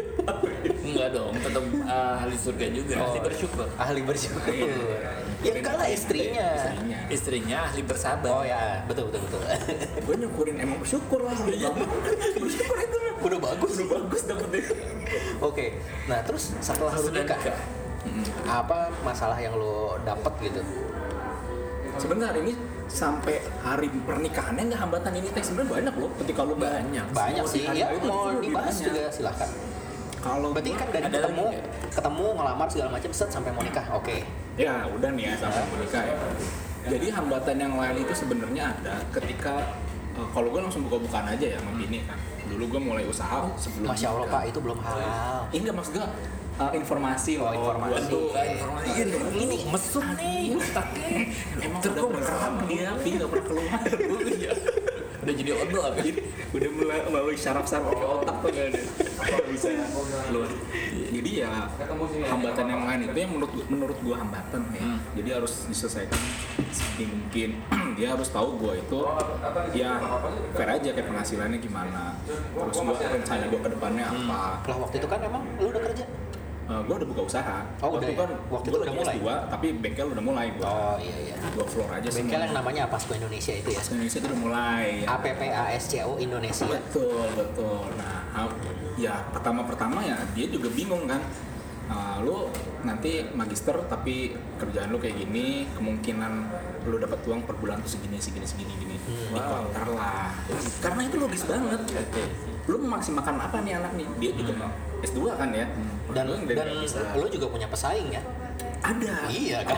Enggak dong, tetap uh, ahli surga juga, Oh, ahli bersyukur. Ahli bersyukur. Iya. Ya enggak lah istrinya. Istrinya. Istrinya ahli bersabar. Oh ya, betul betul betul. Gue nyukurin emang bersyukur lah. Bersyukur itu lah. Udah bagus. Udah bagus dapetnya. Oke. Nah, terus setelah lu Sesudah nikah, nikah. apa masalah yang lu dapet gitu? Sebenarnya ini sampai hari pernikahannya nggak hambatan ini teh sebenarnya banyak loh ketika lu Banyak. Banyak Semua sih. di hari Ya itu mau tuh dibahas banyak. juga silakan. Kalau Berarti gua- kan dari ada ketemu, lagi nggak? ketemu ngelamar segala macam set sampai mau nikah. Oke. ya udah nih ya sampai menikah ya. Jadi hambatan yang lain itu sebenarnya ada ketika eh, kalau gue langsung buka-bukaan aja ya sama bini kan. Dulu gue mulai usaha sebelum Masya Allah nikah. Pak, itu belum halal. Ini enggak maksud gue uh, informasi Oh, loh. informasi. Gua tuh Informasi. Ini mesum nih otaknya. emang Terus udah gua berkeram dia, tapi nggak pernah keluar. Iya. Udah jadi odol. Jadi udah mulai melalui syaraf-syaraf ke otak tuh gak ada. Kalau bisa keluar. Jadi ya hambatan yang lain itu yang menurut menurut gua hambatan ya. Hmm. Jadi harus diselesaikan sedini mungkin. Dia harus tahu gua itu ya fair aja kayak penghasilannya gimana. Terus gua rencana gua ke depannya apa. Lah waktu itu kan emang lu udah kerja? Uh, gue udah buka usaha. Oh, waktu udah itu ya? kan Waktu gue itu lagi udah mulai? S dua, tapi bengkel udah mulai gue. Oh iya iya. Dua floor aja sih. Bengkel yang namanya Apasco Indonesia itu ya? Indonesia itu udah mulai. Ya. A P P A S C O Indonesia. Betul, betul. Nah, ha- ya pertama-pertama ya dia juga bingung kan. Uh, lu nanti magister tapi kerjaan lu kayak gini, kemungkinan lu dapat uang per bulan tuh segini segini segini gini. Hmm. Dikontrak lah. Karena itu logis banget. Oke. Lu mau maksimalkan apa nih anak nih? Dia juga mau S dua kan ya. Dan Lu dan nggak bisa. lu juga punya pesaing ya? Ada. Iya kan?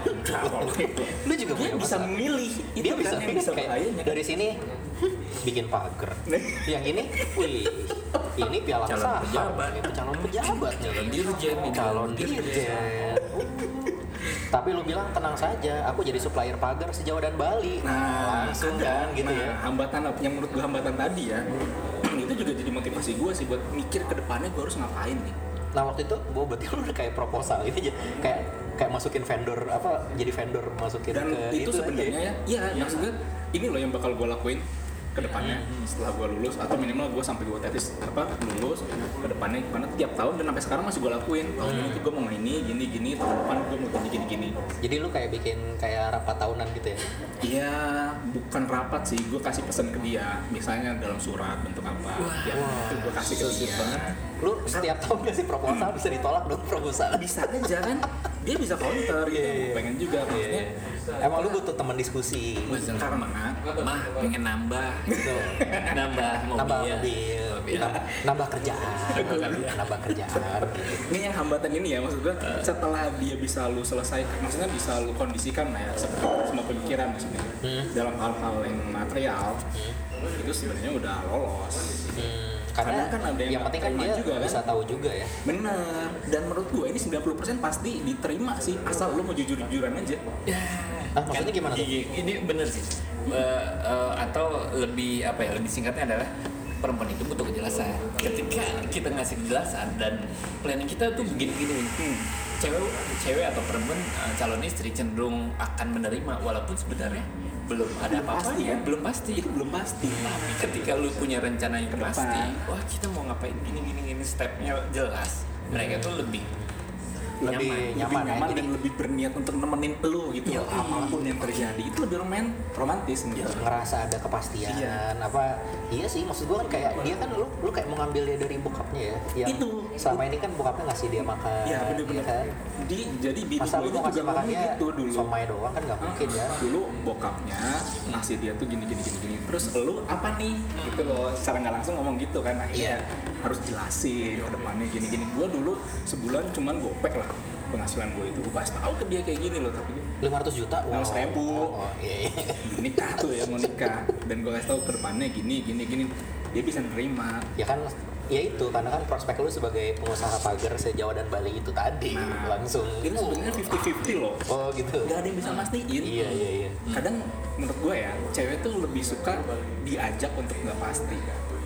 Lu juga Dia punya bisa pesaing. memilih. Dia Itu bisa kan yang pilih bisa kayak bahayanya. dari sini bikin pagar. Yang ini, wih, ini piala Calon saham. pejabat. Itu calon pejabat. Calon dirjen nih, Calon dirjen. Tapi lu bilang tenang saja, aku jadi supplier pagar sejauh dan Bali. Nah, Langsung ada. kan gitu Nah, ya. hambatan yang menurut gue hambatan tadi ya, itu juga jadi motivasi gue sih buat mikir ke depannya gue harus ngapain nih. Nah waktu itu, gue berarti lu udah kayak proposal ini aja, kayak kayak masukin vendor apa, jadi vendor masukin Dan ke itu aja sebenarnya ya, iya maksud gue ini loh yang bakal gue lakuin ke depannya setelah gue lulus atau minimal gue sampai gue tesis apa lulus ke depannya karena tiap tahun dan sampai sekarang masih gue lakuin. Tahun ini tuh gue mau ini gini gini, tahun depan gue mau gini gini gini. Jadi lu kayak bikin kayak rapat tahunan gitu ya? Iya, bukan rapat sih, gue kasih pesan ke dia, misalnya dalam surat bentuk apa, ya itu gue kasih ke dia. Lu setiap tahun kasih proposal bisa ditolak dong proposal. Bisa aja kan, dia bisa counter gitu. Iya. Pengen juga maksudnya. Emang lu butuh teman diskusi. Karena mah pengen nambah Gitu. nambah mobil, Nambah mobil, Mobil. nambah, nambah kerjaan, nambah kerjaan. Gitu. ini yang hambatan ini ya maksud gue setelah dia bisa lu selesai, maksudnya bisa lu kondisikan lah ya seperti semua pemikiran maksudnya Hmm. dalam hal-hal yang material Hmm. itu sebenarnya udah lolos. Hmm, karena, Karena kan ada yang yang penting kan terima dia juga, kan? bisa tahu juga ya. Bener, dan menurut gue ini sembilan puluh persen pasti diterima sih asal lu mau jujur-jujuran aja. Ya, Ah, maksudnya gimana tuh? Ini, ini bener sih. Eh, eh, atau lebih apa ya? Lebih singkatnya adalah perempuan itu butuh kejelasan. Ketika kita ngasih kejelasan dan planning kita tuh begini-begini, hmm, cewek, cewek atau perempuan eh, calon istri cenderung akan menerima walaupun sebenarnya belum ada Belum apa-apa pasti, ya, kan? belum pasti. Itu belum pasti. Tapi ketika lu punya rencana yang Ke depan. pasti, wah kita mau ngapain gini gini gini stepnya jelas, mereka tuh lebih Lebih nyaman. lebih nyaman ya, nyaman jadi- dan lebih berniat untuk nemenin lu gitu. Iya. Apapun yang terjadi itu lebih roman, romantis gitu. Ngerasa ada kepastian Iya. apa iya sih maksud gua kan kayak dia kan lu lu kayak mau ngambil dia dari bokapnya ya yang Itu. selama ini kan bokapnya ngasih dia makan Iya bener-bener. kan? Di, jadi bini Masa gue lu itu mau kasih juga makan ngomong dia gitu dulu. somai doang kan nggak mungkin ya. Dulu bokapnya ngasih dia tuh gini gini gini gini. Terus lu apa nih? Gitu loh. Secara nggak langsung ngomong gitu kan. Akhirnya harus jelasin ke depannya gini gini. Gua dulu sebulan cuman gopek lah penghasilan gue itu. Gue kasih tahu ke dia kayak gini loh, tapi lima ratus juta enam ratus ribu. oh, oh, iya, iya. nikah tuh ya mau nikah. Dan gue kasih tahu ke depannya gini gini gini. Dia bisa nerima. Ya kan ya itu karena kan prospek lu sebagai pengusaha pagar se-Jawa dan Bali itu tadi Nah, langsung Itu sebenarnya fifty fifty loh. oh gitu. Gak ada yang bisa mastiin. Iya iya iya. Kadang menurut gue ya, cewek tuh lebih suka diajak untuk nggak pasti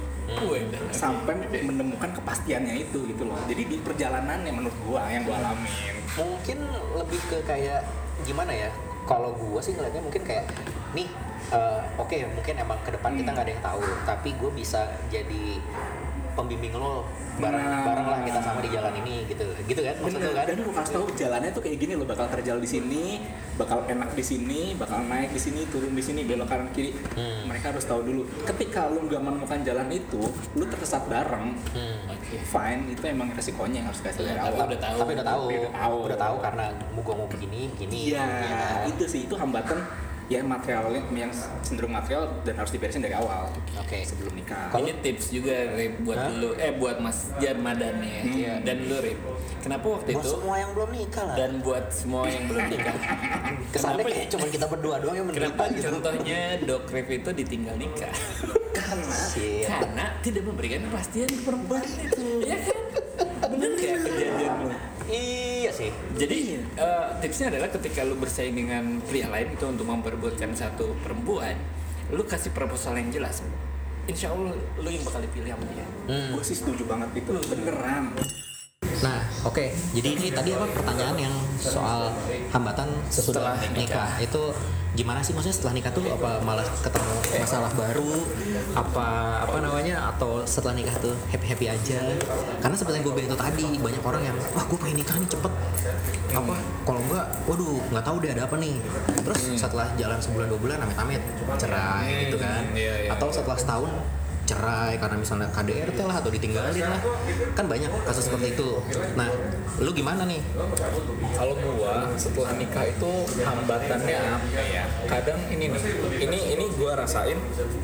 Gue sampai menemukan kepastiannya itu gitu loh. Jadi di perjalanan yang menurut gue yang gue alamin. Mungkin lebih ke kayak gimana ya? Kalau gua sih ngeliatnya mungkin kayak nih eh, oke mungkin emang ke depan kita nggak ada yang tahu, tapi gue bisa jadi pembimbing lo bareng Nah. bareng lah kita sama di jalan ini gitu gitu kan maksud lu Bener. kan? Dan gue kasih tahu jalannya tuh kayak gini loh, bakal terjal di sini, bakal enak di sini, bakal naik di sini, turun di sini, belok kanan kiri. Hmm. Mereka harus tahu dulu. Ketika lu nggak menemukan jalan itu, lu tersesat bareng. Hmm. Fine, itu emang resikonya yang harus dikasih dari Tapi awal. udah tahu. Tapi udah tahu, Tapi udah tahu. udah tahu karena gua mau begini begini. Iya, ya kan? itu sih itu hambatan ya materialnya yang cenderung material dan harus diberesin dari awal. Oke. Sebelum nikah. Kalau- Ini tips juga Rip buat Hah? lu eh buat Mas Jarmadan ya. Hmm. Dan lu Rip. Kenapa waktu Buat itu semua yang belum nikah lah. dan buat semua yang belum nikah. Kesannya Kenapa kayak ya? cuma kita berdua doang yang menderita Kenapa gitu. contohnya Dok Rip itu ditinggal nikah? Karena Shit. Karena tidak memberikan kepastian ke perempuan itu. Ya kan? Bener gak kejadian lu? Iya sih. Jadi eh, tipsnya adalah ketika lu bersaing dengan pria lain itu untuk memperebutkan satu perempuan, lu kasih proposal yang jelas. Insya Allah lu yang bakal dipilih sama dia. Hmm. gue sih setuju banget itu beneran. Nah, oke. Jadi ini tadi apa pertanyaan yang soal hambatan sesudah Setelah nikah. nikah. Itu gimana sih maksudnya setelah nikah tuh apa malah ketemu masalah baru apa apa namanya atau setelah nikah tuh happy-happy aja? Karena seperti yang gue bilang itu tadi banyak orang yang wah gue pengen nikah nih cepet apa kalau enggak waduh nggak tahu deh ada apa nih terus setelah jalan sebulan dua bulan amit-amit cerai gitu kan Iya, iya. atau setelah setahun cerai karena misalnya K D R T lah atau ditinggalin lah kan banyak kasus seperti itu. Nah lu gimana nih? Kalau gua setelah nikah itu hambatannya apa ya? Kadang ini nih, ini ini gua rasain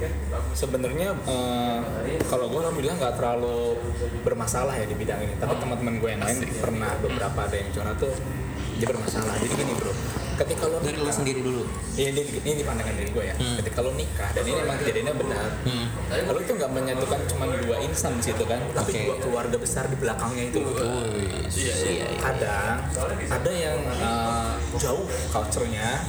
sebenarnya eh, kalau gua alhamdulillah nggak terlalu bermasalah ya di bidang ini. Tapi teman-teman gue yang lain pernah beberapa ada yang curhat tuh dia bermasalah. Jadi gini bro, ketika lo Dari lu sendiri dulu. ini, ini, ini di pandangan dari gue ya. Hmm. Ketika lo nikah dan ini emang kejadiannya benar, Hmm. lo tuh nggak menyatukan cuma dua insan di situ kan, tapi Oke. dua keluarga besar di belakangnya itu. Iya, iya, iya. Kadang ada yang uh, jauh culture-nya,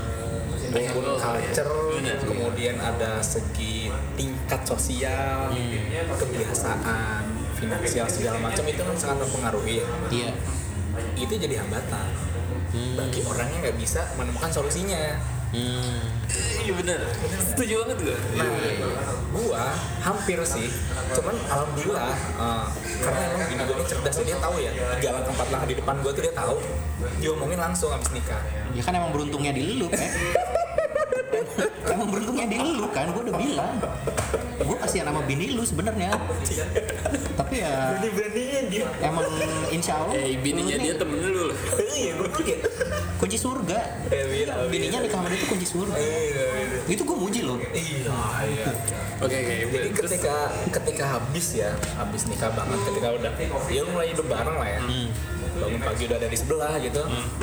maupun culture, kemudian ada segi tingkat sosial, kebiasaan, finansial segala macam itu kan sangat mempengaruhi. Iya. Itu jadi hambatan bagi orang yang nggak bisa menemukan solusinya. Hmm. Iya bener. Setuju banget gue. Nah, gua hampir sih, cuman alhamdulillah uh, karena emang bini gua ini cerdas, dia tahu ya jalan tempat langkah di depan gua tuh dia tahu, dia omongin langsung habis nikah. Ya kan emang beruntungnya di lu, eh. Emang beruntungnya di lu kan, gue udah bilang. Gue kasihan sama bini lu sebenarnya. Tapi ya Berani-beraninya dia. emang insya Allah. Eh, bininya lu dia nih temen lu loh. Iya, gue kaget. kunci surga. Eh, iya, Bininya nikah sama dia itu kunci surga. Itu gue muji loh. Iya, iya. Oke oke. Jadi Terus ketika ketika habis ya, habis nikah banget, ketika udah ya lu mulai hidup bareng lah ya. Bangun pagi udah ada di sebelah gitu.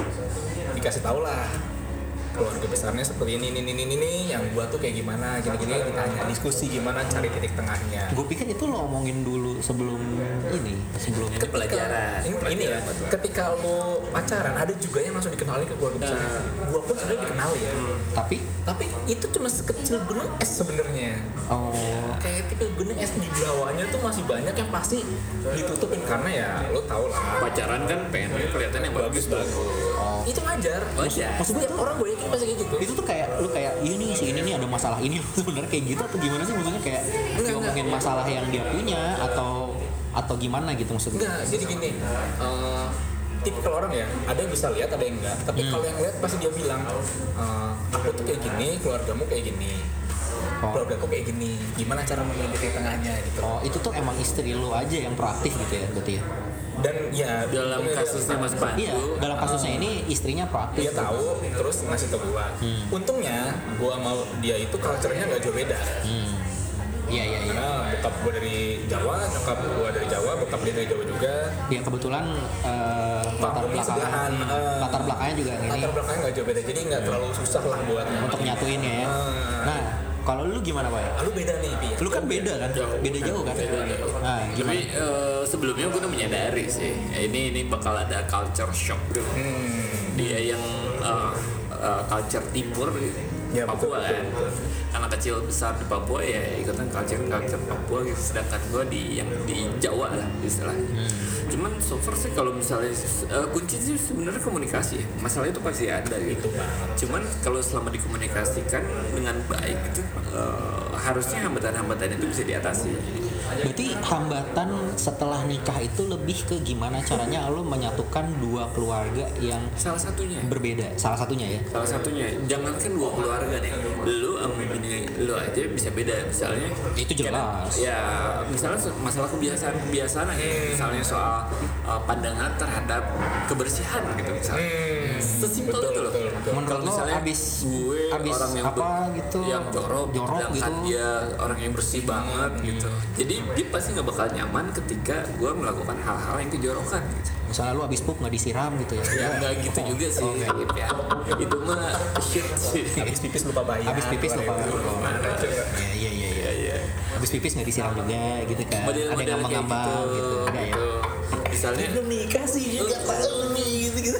Dikasih tau lah keluarga besarnya seperti ini, ini, ini, ini, ini, yang gua tuh kayak gimana, gini-gini, ditanya, diskusi gimana, cari titik tengahnya. Gue pikir itu lo omongin dulu sebelum ini, sebelum ke pelajaran. Ini, ini ya, ketika lo pacaran, ada juga yang langsung dikenalin ke keluarga besar. Gua pun sebenarnya dikenalin, tapi tapi itu cuma sekecil gunung es sebenarnya. oh Kayak tipe gunung es di bawahnya tuh masih banyak yang pasti ditutupin karena ya lo tau lah. pacaran kan pengen kelihatannya bagus bagus. oh Itu wajar. Wajar. maksud gue Setiap tuh orang gue yakin pasti kayak gitu. itu tuh kayak lu kayak ini si ini nih ada masalah ini sebenarnya kayak gitu atau gimana sih maksudnya kayak Enggak, ngomongin masalah yang dia punya atau atau gimana gitu maksudnya. Enggak, jadi gini, uh, tipikal orang ya, ada yang bisa lihat, ada yang enggak. Tapi Hmm. kalau yang lihat pasti dia bilang, uh, aku tuh kayak gini, keluargamu kayak gini, Oh. keluargaku kayak gini. Gimana cara memilih titik tengahnya gitu. Oh itu tuh emang istri lu aja yang proaktif gitu ya berarti ya. Dan ya Dalam dia- kasusnya Mas Pandu, Iya dalam kasusnya ini istrinya proaktif. dia tahu, terus ngasih ke gua. Hmm. Untungnya gua mau dia itu culture-nya nggak jauh beda. Hmm. Iya iya iya. Karena bokap gua dari Jawa, nyokap gua dari Jawa, bokap dia dari Jawa juga. Yang kebetulan eh, latar Kampungnya belakang sebelahan, eh. latar belakangnya juga ini Latar belakangnya nggak jauh beda, jadi nggak terlalu susah lah buat untuk nyatuin ya. Ah. Nah kalau lu gimana Pak? Ah, lu beda nih, Pi. Lu kan beda kan? Beda jauh kan? Nah tapi gimana? eh, sebelumnya gue udah menyadari sih ini ini bakal ada culture shock bro. Hmm. Dia yang eh, eh, culture timur Ya, Papua betul, kan. Anak kecil besar di Papua ya ikutan culture culture Papua gitu. Sedangkan gue di yang di Jawa lah istilahnya. Cuman so far sih kalau misalnya eh, kunci sih sebenarnya komunikasi ya. Masalah itu pasti ada gitu. Cuman kalau selama dikomunikasikan dengan baik itu eh, harusnya hambatan-hambatan itu bisa diatasi. Berarti hambatan setelah nikah itu lebih ke gimana caranya lo menyatukan dua keluarga yang Salah satunya berbeda. Salah satunya ya. salah satunya jangankan dua keluarga nih lu sama bini lu aja bisa beda misalnya Itu jelas. ya misalnya so- masalah kebiasaan kebiasaan aja misalnya soal uh, pandangan terhadap kebersihan gitu misalnya sesimpel Betul, itu loh betul, betul. Menurut kalau lo misalnya abis gue abis orang yang apa ber- gitu yang jorok, jorok sedangkan gitu. dia orang yang bersih banget gitu jadi dia pasti nggak bakal nyaman ketika gue melakukan hal-hal yang kejorokan gitu. Misalnya lu abis pup nggak disiram gitu ya. Ya nggak gitu Oh, juga sih, oh, nggak gitu. ya. Itu mah shit sih. Habis pipis lupa bayar. Abis pipis lupa kemarin. Iya iya iya iya. Iya. Abis pipis nggak disiram juga gitu kan. Ada yang Model-model kayak ngambang-ngambang gitu, gitu. Enggak ya. gitu. Misalnya Belum nikah sih, nggak tahu nih gitu-gitu.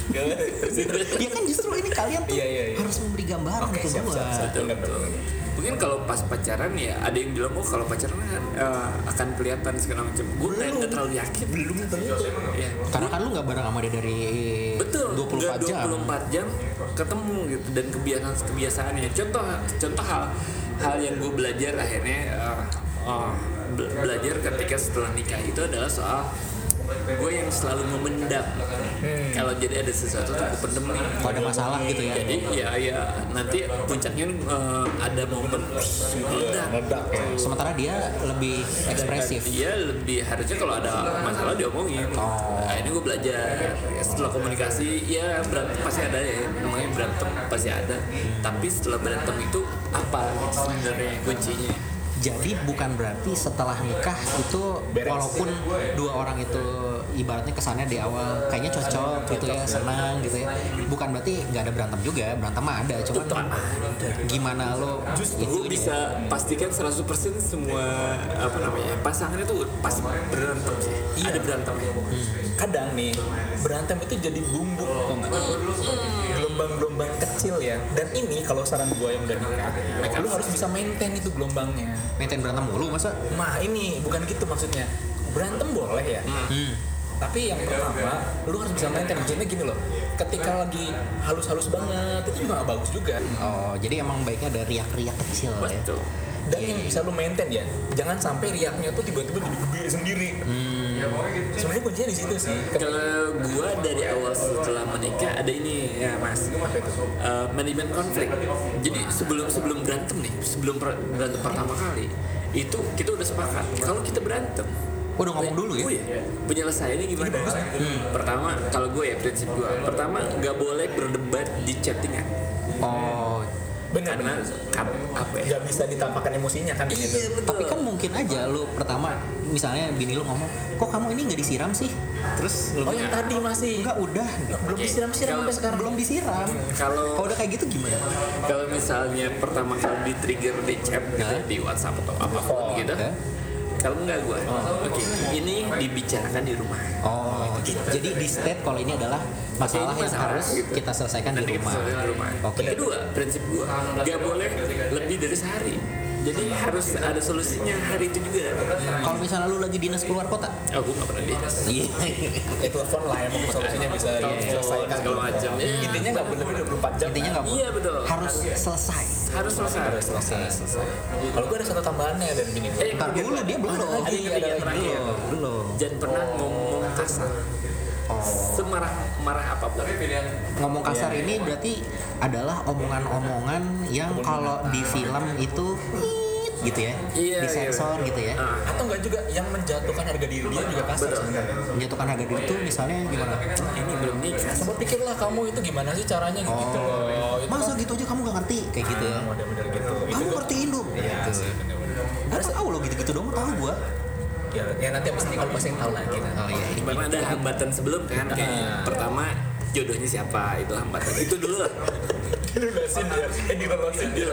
Ya kan justru ini kalian tuh Iya, iya, iya. harus memberi gambaran Oke, ke siap, gua. siap, siap. Benar, benar, benar. mungkin kalau pas pacaran ya ada yang bilang oh kalau pacaran eh, akan kelihatan segala macam. Gue nggak terlalu yakin. Belum tentu. Ya. Karena kan lu nggak bareng sama dia dari Betul, dua puluh empat nggak jam. dua puluh empat jam ketemu gitu dan kebiasaan kebiasaannya. Contoh contoh hal hal yang gue belajar akhirnya eh, eh, be- belajar ketika setelah nikah itu adalah soal gue yang selalu memendam. Kalau jadi ada sesuatu tuh gue pendem nih. Kalau ada masalah gitu ya. Jadi ya ya nanti puncaknya eh, ada momen meledak. Meledak ya. Sementara dia lebih ekspresif. Dia lebih harusnya kalau ada masalah diomongin. Oh. Nah, ini gue belajar ya, setelah komunikasi ya berantem pasti ada ya namanya berantem pasti ada. Tapi setelah berantem itu apa gitu sebenarnya kuncinya? Jadi bukan berarti setelah nikah itu Beres. walaupun dua orang itu ibaratnya kesannya di awal kayaknya cocok gitu ya, senang gitu ya. Bukan berarti nggak ada berantem juga, berantem mah ada, cuman gimana lo Justru gue itu bisa pastikan seratus persen semua apa namanya pasangan itu pasti berantem sih. Ada berantem. Kadang nih berantem itu jadi bumbu tau nggak? Gelombang-gelombang kecil ya. Dan ini kalau saran gue yang udah nikah, lu harus bisa maintain itu gelombangnya. maintain berantem mulu masa? Nah ini bukan gitu maksudnya. Berantem boleh ya. Hmm. Tapi yang pertama, lu harus bisa maintain. Maksudnya gini loh, ketika lagi halus-halus banget, itu juga gak bagus juga. Oh, jadi emang baiknya ada riak-riak kecil ya. Betul. Dan yang bisa lu maintain ya, jangan sampai riaknya tuh tiba-tiba jadi gede sendiri. Hmm. Sebenarnya kuncinya di situ sih. Kalau gua dari awal setelah menikah ada ini ya mas, uh, manajemen konflik. Jadi sebelum sebelum berantem nih, sebelum per- berantem pertama kali itu kita udah sepakat kalau kita berantem. Udah ngomong dulu ya? Oh iya. Penyelesaiannya gimana? Hmm. Pertama, kalau gue ya prinsip gue. Pertama, nggak boleh berdebat di chattingan. Oh, Benar. Karena kan, apa ya? Nggak bisa ditampakkan emosinya kan di situ. Iya, tapi kan mungkin aja lu pertama misalnya bini lu ngomong, kok kamu ini nggak disiram sih? Terus lu Oh yang bilang, tadi masih enggak udah, belum Oke. disiram-siram Kalau- sampai sekarang. belum disiram. Kalau Kalau udah kayak gitu gimana? kalau misalnya pertama kali di trigger di chat gitu, Hah? di WhatsApp atau apapun gitu. Ya? Kalau enggak gue, oke, ini dibicarakan di rumah. Oh, jadi di state kalau ini adalah masalah Ini yang masalah, harus gitu. kita selesaikan Nanti di kita rumah. selesaikan di rumah. Oke. Kedua, prinsip gue, nggak boleh lebih dari sehari. Jadi harus ada solusinya hari itu juga. Kalau misalnya lu lagi dinas keluar kota, Oh, gue nggak pernah dinas. iya. Ya telepon lah yang mungkin solusinya bisa diselesaikan. Segala macam. Ya. Intinya nggak boleh lebih dua puluh empat jam. Intinya nggak Iya, betul. harus selesai. Harus selesai. Harus selesai. Kalau gue ada satu tambahannya dari bini gue. Eh, Ntar dulu dia belum. Ada lagi, Ada ada lagi. terakhir. Belum. Jangan pernah ngomong kasar. Semarah marah apapun. Ngomong kasar Iya. ini berarti adalah omongan-omongan yang kalau di film itu gitu ya, Iya, disensor gitu ya. Ah, Atau enggak juga yang menjatuhkan harga diri dia juga kasar Betul. sebenarnya. Menjatuhkan harga diri itu misalnya gimana? ini belum nikah. Coba pikirlah kamu itu gimana sih caranya gitu loh. Itu Masa gitu aja kamu gak ngerti kayak gitu ya? model-model gitu. Itu Kamu gue ngertiin dong. Iya Gitu. sih bener-bener. Gak tahu lo gitu-gitu dong, tahu gua. Ya, ya nanti abis ini kalau pasti tahu lagi. Oh iya. Gimana ada hambatan sebelum kan? Kayak pertama jodohnya siapa itu hambatan. Itu dulu lah. Dilolosin ya, eh dilolosin dia.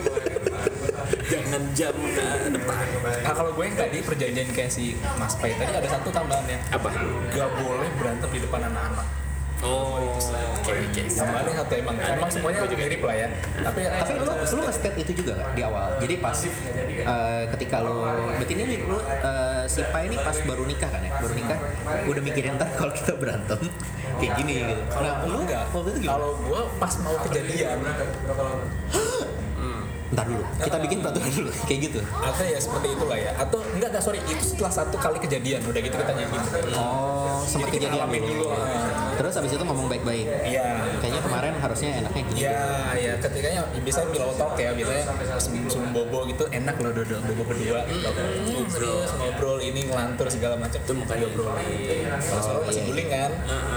Jangan jam ke depan. Nah kalau gue yang tadi perjanjian kayak si Mas Pai tadi ada satu tambahannya. Apa? Gak boleh berantem di depan anak-anak. Oh, oke oke. Tambahannya satu emang, emang semuanya mirip lah ya. Tapi Tapi lu lu nge-state itu juga gak di awal? Jadi pas eh, ketika lu berarti ini lu eh, si Pai ini pas baru nikah kan ya? Baru nikah udah mikirin ntar kalau kita berantem kayak gini gitu. Nah, lu enggak. waktu itu gimana? Kalau gue pas mau kejadian, Ntar dulu, kita bikin peraturan dulu kayak gitu. atau ya seperti itulah ya. Atau enggak enggak sorry itu setelah satu kali kejadian udah gitu kita nyanyiin. Oh, sempat Jadi kita kejadian alamin dulu. dulu, ah. Terus abis itu ngomong baik-baik. Iya. Kayaknya kemarin harusnya enaknya gini. Iya, ya ketikanya biasanya pillow talk ya, biasanya sebelum sebelum bobo gitu enak loh duduk bobo berdua, ngobrol, ngobrol ini ngelantur segala macam. Itu mukanya Ngobrolin. Kalau soal masih iya. guling kan,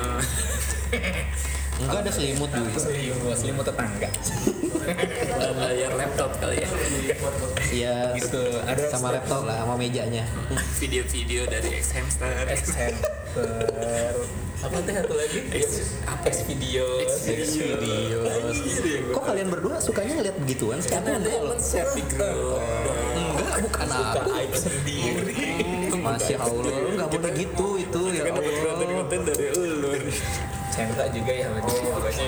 Enggak ada selimut juga. selimut selimut tetangga. layar laptop kali ya. Iya, Gitu. Ada sama laptop lah, sama mejanya. Video-video dari X Hamster. X hamster. Apa tuh satu lagi? X- apa? X video. X video. Kok kalian berdua sukanya ngeliat begituan sih? Aku Karena ada yang enggak. share di grup. Enggak, bukan Suka aku. aib sendiri. Masya Allah, lu nggak boleh gitu itu ya Kan dapat Allah. konten-konten dari ulur. Cinta juga ya sama dia pokoknya.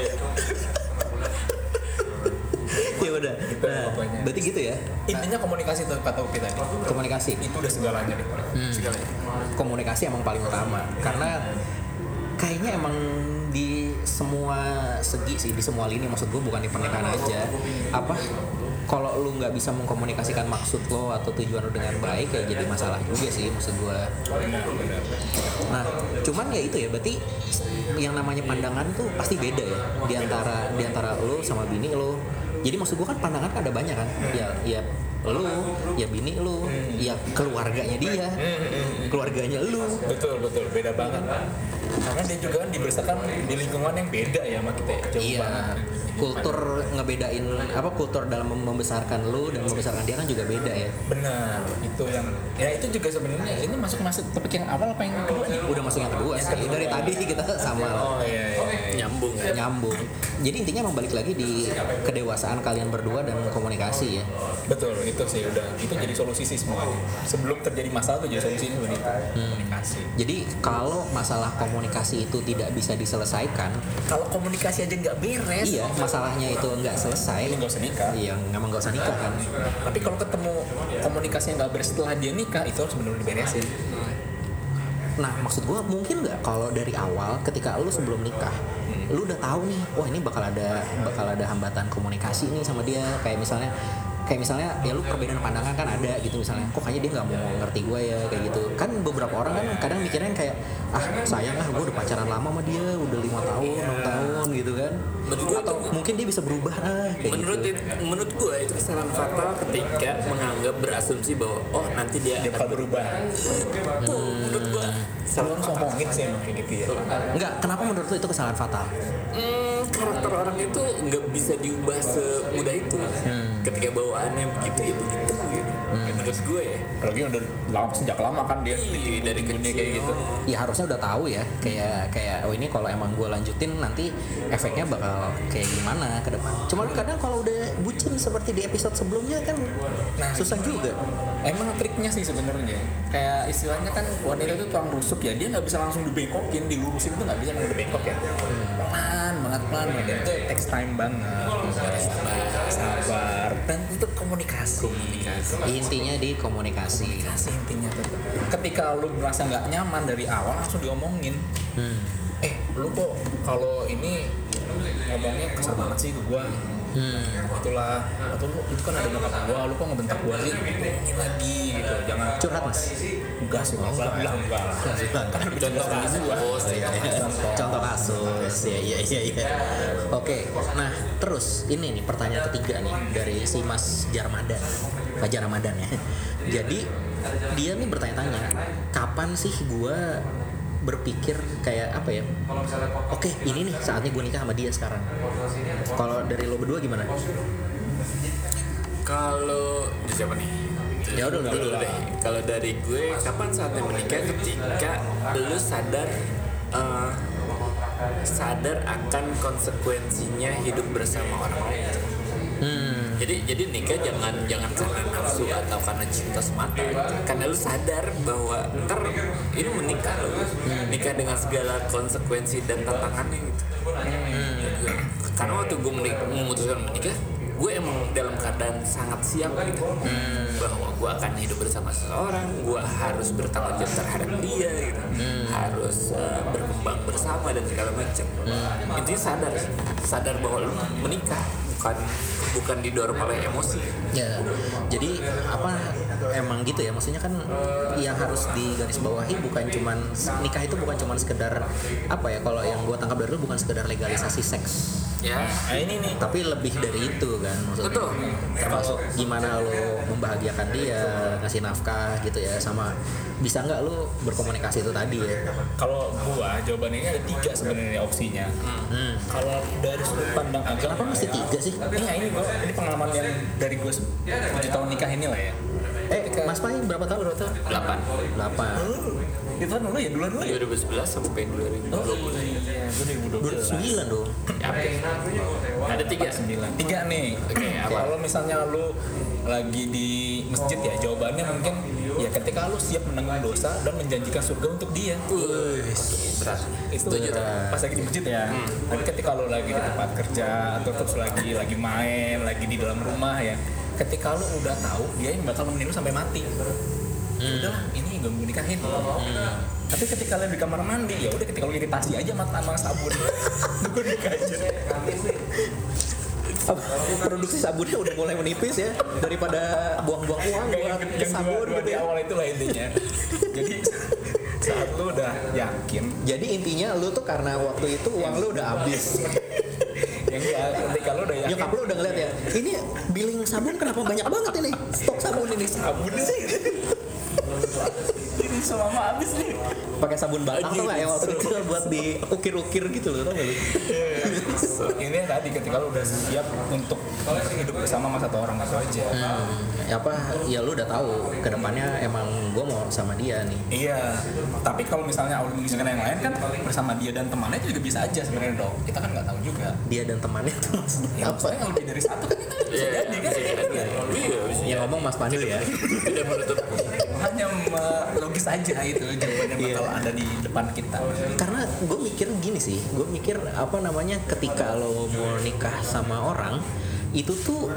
Ya udah. Gitu Nah, pokoknya. berarti gitu ya. Intinya komunikasi tuh kata Upi tadi. Komunikasi. Itu udah segalanya deh. Segalanya. Komunikasi emang paling utama karena kayaknya emang di semua segi sih, di semua lini, maksud gue bukan di pernikahan aja. Apa kalau lu nggak bisa mengkomunikasikan maksud lo atau tujuan lo dengan baik ya jadi masalah juga sih maksud gue. Nah, cuman ya itu ya berarti yang namanya pandangan tuh pasti beda ya di antara di antara lo sama bini lo. Jadi maksud gue kan pandangan kan ada banyak kan. Ya ya lu, ya bini lu, ya keluarganya dia, keluarganya lu. Betul betul beda banget. Karena dia juga kan dibesarkan di lingkungan yang beda ya sama kita ya. Jauh Iya, banget. kultur ngebedain apa kultur dalam mem- membesarkan lu dan membesarkan dia kan juga beda ya. Benar, itu yang ya itu juga sebenarnya ini masuk masuk topik yang awal apa yang kedua nih? Udah masuk yang kedua sih. Dari tadi kita sama lah. Oh iya iya. iya. Nyambung ya. Nyambung. Jadi intinya emang balik lagi di kedewasaan kalian berdua dan komunikasi ya. Betul, itu sih udah itu jadi solusi sih semuanya. Sebelum terjadi masalah tuh jadi solusi itu komunikasi. Jadi kalau masalah komunikasi itu tidak bisa diselesaikan, Kalau komunikasi aja nggak beres, iya masalahnya itu nggak selesai. ini nggak usah nikah. Iya, emang nggak usah nikah kan. Tapi kalau ketemu komunikasi yang nggak beres setelah dia nikah, itu harus benar-benar diberesin. Nah, maksud gua mungkin nggak kalau dari awal ketika lu sebelum nikah, lu udah tahu nih, wah ini bakal ada bakal ada hambatan komunikasi nih sama dia, kayak misalnya kayak misalnya ya lu perbedaan pandangan kan ada gitu, misalnya kok kayaknya dia nggak mau ngerti gue ya kayak gitu kan. Beberapa orang kan kadang mikirnya kayak ah sayang ah gue udah pacaran lama sama dia udah lima tahun enam tahun gitu kan, atau mungkin dia bisa berubah ah kayak menurut gitu. it, menurut gue itu kesalahan fatal ketika menganggap berasumsi bahwa oh nanti dia Dia bakal berubah. Itu menurut gue Selalu harus ngomongin sih emang kayak gitu ya. Enggak, kenapa menurut lu itu kesalahan fatal? Hmm, karakter orang itu nggak bisa diubah semudah itu. Ketika bawaannya begitu ya begitu gitu. Ya, menurut gue ya. Apalagi udah lama sejak lama kan dia Iya, dari dunia kecil. kayak gitu. Ya harusnya udah tahu ya, kayak kayak oh ini kalau emang gue lanjutin nanti efeknya bakal kayak gimana ke depan. Cuman kadang kalau udah bucin seperti di episode sebelumnya kan susah juga. Emang triknya sih sebenarnya kayak istilahnya kan wanita itu tukang rusuk ya, dia nggak bisa langsung dibekokin, dilurusin itu nggak bisa langsung dibekok ya, pelan banget pelan banget, itu takes time banget, sabar, sabar dan itu komunikasi. Komunikasi. Intinya di komunikasi. Komunikasi intinya tetap. Ketika lu merasa nggak nyaman dari awal langsung diomongin. Hmm. Eh lu kok kalau ini ngomongnya kasar banget sih ke gua. Hmm. Itulah, atau lu itu kan ada nyokap gua, lu kok ngebentak gua sih? Ini lagi gitu, jangan Curhat mas. enggak sih, enggak bilang enggak lah. Kan lebih contoh kasus gua. Contoh kasus. Ya iya iya iya. Oke, nah terus ini nih pertanyaan ketiga nih dari si Mas Jarmadan, Fajar Ramadan ya. Jadi dia nih bertanya-tanya, kapan sih gua berpikir kayak apa ya, oke ini nih saatnya gue nikah sama dia sekarang. Kalau dari lo berdua gimana? Kalau siapa nih? Ya udah, lu dulu deh. Kalau dari gue, kapan saatnya menikah? Ketika lu sadar eh, sadar akan konsekuensinya hidup bersama orang lain. Hmm. Jadi jadi nikah jangan jangan karena nafsu atau karena cinta semata, karena lu sadar bahwa ntar ini menikah lu, nikah dengan segala konsekuensi dan tantangannya gitu. Hmm. Karena waktu gue menik- memutuskan menikah, gue emang dalam keadaan sangat siap gitu, hmm. bahwa gue akan hidup bersama seseorang, gue harus bertanggung jawab terhadap dia gitu, hmm. harus uh, berkembang bersama dan segala macam. Hmm. Intinya sadar, sadar bahwa lu menikah bukan bukan didorong oleh emosi. Ya, jadi apa emang gitu ya, maksudnya kan yang harus digarisbawahi bukan cuman nikah itu bukan cuman sekedar apa ya, kalau yang gue tangkap dari lu bukan sekedar legalisasi seks. Ya, Nah ini nih, Tapi lebih dari itu kan maksudnya. Betul. Termasuk gimana lo membahagiakan dia, ngasih nafkah gitu ya, sama bisa nggak lo berkomunikasi itu tadi ya. kalau gua jawabannya ini ada tiga sebenarnya opsinya. Hmm. Kalau dari sudut pandang agama, Kenapa mesti tiga sih? Iya ini gua, ini pengalaman yang dari gua tujuh tahun nikah ini lah ya. Eh, Mas Pai berapa tahun? Berapa tahun? delapan. delapan. Itu kan dulu ya, duluan dulu ya. dua ribu sebelas sampai dua ribu dua puluh. Iya, gua dua ribu dua dua belas. ribu sembilan dong. Ya, ada tiga. Sembilan. Tiga nih. Oke, apa? Kalau misalnya lu lagi di masjid ya, jawabannya mungkin ya ketika lu siap menanggung dosa dan menjanjikan surga untuk dia. Berat. Itu Setuju tuh. pas lagi di masjid ya. Tapi ketika lu lagi di tempat kerja atau terus lagi lagi main, lagi di dalam rumah ya, ketika lu udah tahu dia yang bakal nemenin lu sampai mati. Udah, ini gak mau nikahin. Tapi ketika lu di kamar mandi, ya udah ketika lu iritasi aja sama sama sabun. Gue nikah aja. Apa, produksi sabunnya udah mulai menipis ya, daripada buang-buang uang Kayak buat yang, yang sabun dua, dua gitu di ya. awal itu lah intinya. Jadi saat lu udah yakin, Jadi intinya lu tuh karena waktu itu uang lu udah habis. yang enggak, ketika lu udah yakin, Nyokap lu udah ngeliat ya, ini billing sabun kenapa banyak banget ini, stok sabun ini. sabun sih. Ini selama habis nih. Pakai sabun batang tuh nggak ya waktu itu buat diukir-ukir gitu loh, tau gak lu? Ini yang tadi ketika lu udah siap untuk hidup bersama sama satu orang itu aja. Hmm, ya apa, ya lu udah tahu kedepannya emang gue mau sama dia nih. Iya. Tapi kalau misalnya Allah mengizinkan yang lain kan bersama dia dan temannya itu juga bisa aja sebenarnya dong. Kita kan nggak tahu juga. Dia dan temannya tuh maksudnya Ya, apa? maksudnya yang lebih dari satu kan itu bisa jadi kan. Iya, bisa. Yang ngomong Mas Pandu ya. Tidak menutup. Hanya me- logis aja itu jawaban yang Iya. bakal ada di depan kita. Karena gue mikir gini sih, gue mikir apa namanya, ketika lo mau nikah sama orang itu tuh le-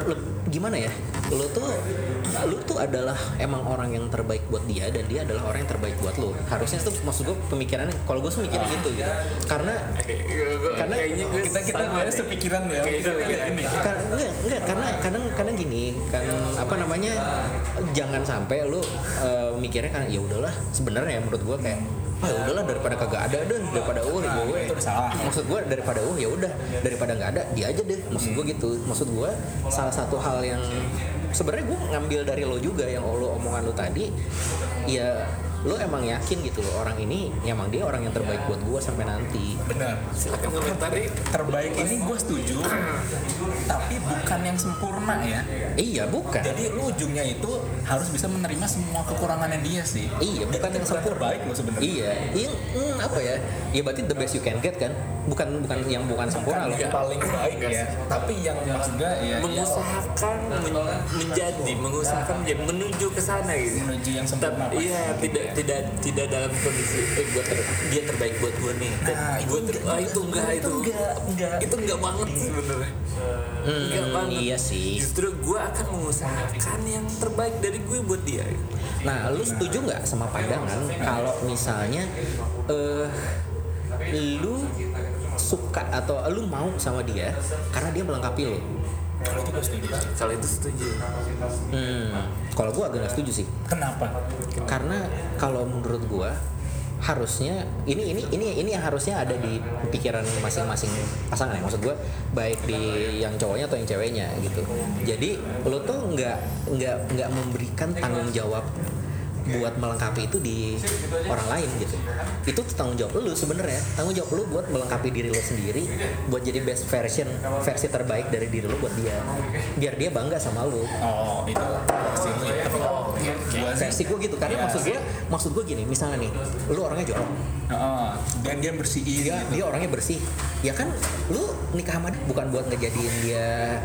gimana ya, lo tuh lo tuh adalah emang orang yang terbaik buat dia dan dia adalah orang yang terbaik buat lo. Harusnya tuh maksud gue pemikirannya, kalau gue tuh mikirnya gitu gitu. Karena karena kita kita gue sepikiran ya. Ini. Karena enggak, enggak karena kadang kadang gini kan apa namanya, jangan sampai lo uh, mikirnya kan ya udahlah, sebenarnya menurut gue kayak ah ya udahlah daripada kagak ada deh, daripada uh nah, gue itu udah salah. Maksud gue daripada uh ya udah daripada nggak ada dia aja deh, maksud gue gitu. Maksud gue salah satu hal yang sebenarnya gue ngambil dari lo juga yang lo omongan lo tadi, ya lo emang yakin gitu loh orang ini ya emang dia orang yang terbaik buat gue sampai nanti. Benar. Silakan komentari. Terbaik ini gue setuju, tapi bukan yang sempurna ya. Iya bukan. Jadi lu ujungnya itu harus bisa menerima semua kekurangannya dia sih. Iya bukan yang sempurna. Terbaik lo sebenarnya. Iya, iya hmm, apa ya? Ya berarti the best you can get kan? Bukan bukan yang bukan sempurna loh. Yang paling baik ya. Tapi yang maksudnya ya mengusahakan men- menjadi mengusahakan menjadi menuju ke sana gitu. menuju yang sempurna. Tapi iya tidak tidak tidak dalam kondisi eh gua ter, dia terbaik buat gua nih. Dan Nah, itu gua ter, enggak, ah, itu enggak itu. enggak, enggak. Itu enggak banget sebenarnya. Hmm, Enggak banget. iya sih. Justru gua akan mengusahakan yang terbaik dari gue buat dia. Nah, lu setuju nggak sama pandangan kalau misalnya eh lu suka atau lu mau sama dia karena dia melengkapi lu? Kalau itu gue setuju. Kalau itu setuju. Hmm, kalau gua agak nggak setuju sih. Kenapa? Karena kalau menurut gua harusnya ini ini ini ini yang harusnya ada di pikiran masing-masing pasangan ya, maksud gua baik di yang cowoknya atau yang ceweknya gitu. Jadi lo tuh nggak nggak nggak memberikan tanggung jawab buat melengkapi itu di orang lain gitu. Itu tuh tanggung jawab lu sebenarnya. Tanggung jawab lu buat melengkapi diri lu sendiri, buat jadi best version, versi terbaik dari diri lu buat dia. Biar dia bangga sama lu. Oh, itu versi lu ya. Tapi kalau gua sih Versi gue gitu karena Iya. maksud gue maksud gue gini, misalnya nih, lu orangnya jorok. Heeh, dan dia bersihin Dia, gitu. dia orangnya bersih. Ya kan lu nikah sama dia bukan buat ngejadiin dia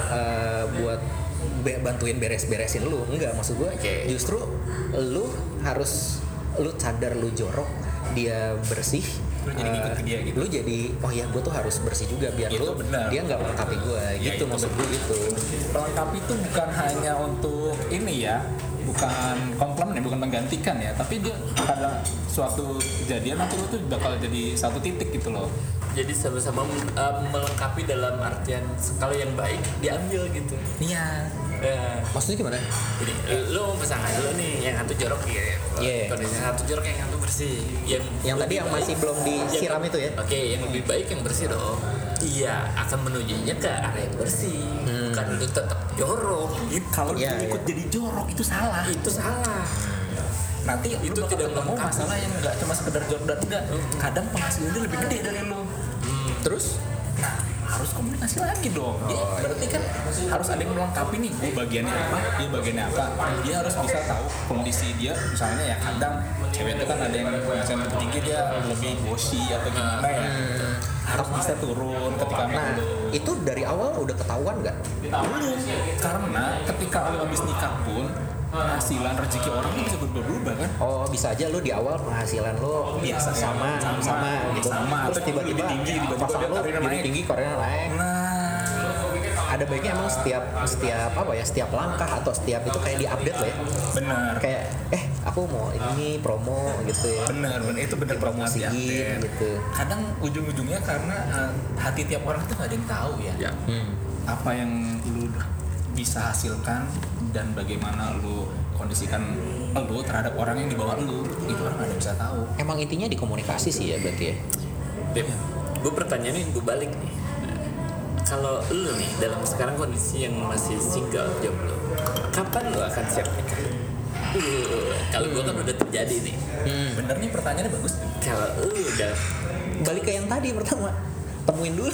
uh, buat be- bantuin beres-beresin lu. Enggak, maksud gue justru lu harus lu sadar lu jorok, dia bersih. Lu jadi ngikut ke dia gitu. Lu jadi oh ya gue tuh harus bersih juga biar Itu lu benar. dia nggak melengkapi gue Ya, gitu, itu maksud gue gitu. Pelengkapi itu bukan hanya untuk ini ya, bukan komplement ya, bukan menggantikan ya, tapi dia pada suatu kejadian nanti lu tuh bakal jadi satu titik gitu loh. Jadi sama-sama uh, melengkapi dalam artian kalau yang baik diambil gitu. Iya. Ya. Maksudnya gimana? Jadi lu mau pasangan lu nih yang satu jorok ya. Iya. Kondisi satu jorok yang satu bersih. Yang Yang tadi lebih yang baik- masih belum disiram yang- itu ya? Oke, yang lebih baik yang bersih dong. Iya, akan menujunya ke arah yang bersih. Hmm. Bukan lu tetap jorok. Gitu. Kalau Iya, dia ikut iya. jadi jorok itu salah. Itu salah. Nanti Itu lu bakal tidak ketemu melengkapi. masalah yang nggak cuma sekedar jorok dan enggak. Kadang penghasilannya lebih gede dari lu. Terus Nah, harus komunikasi lagi dong. Jadi berarti kan harus ada yang melengkapi nih. Gue bagiannya apa, dia bagiannya apa. Dia harus bisa tahu kondisi dia. Misalnya ya kadang cewek itu kan ada yang penghasilan lebih tinggi, dia lebih bossy atau gimana ya. Harus bisa turun ketika nah lu. itu dari awal udah ketahuan nggak? Belum. Karena ketika lu habis nikah pun penghasilan rezeki orang itu bisa berubah-ubah kan. Oh bisa aja lu di awal penghasilan lu Biasa, sama sama, sama, gitu. sama. Terus Atau tiba-tiba lebih tinggi, tiba-tiba pasangan dia lu karirnya jadi naik. tinggi, karirnya naik. Nah, Ada baiknya emang setiap setiap apa ya setiap langkah atau setiap itu kayak diupdate lah ya. benar. Kayak eh aku mau ini promo gitu ya. Benar, benar itu benar promosi Promosiin gitu. Kadang ujung-ujungnya karena uh, hati tiap orang tuh gak ada yang tahu ya, Ya. Hmm. apa yang lu bisa hasilkan dan bagaimana lu kondisikan lu terhadap orang yang di bawah lu, itu orang gak ada yang bisa tahu. Emang intinya di komunikasi sih ya berarti ya. Dep, gue pertanyaannya gue balik nih. Kalau lu nih dalam sekarang kondisi yang masih single jomblo, kapan lu akan siap nikah? Uh, kalau gue kan udah terjadi nih. Hmm. Bener nih pertanyaannya bagus. Kalau lu udah, Balik ke yang tadi pertama, temuin dulu.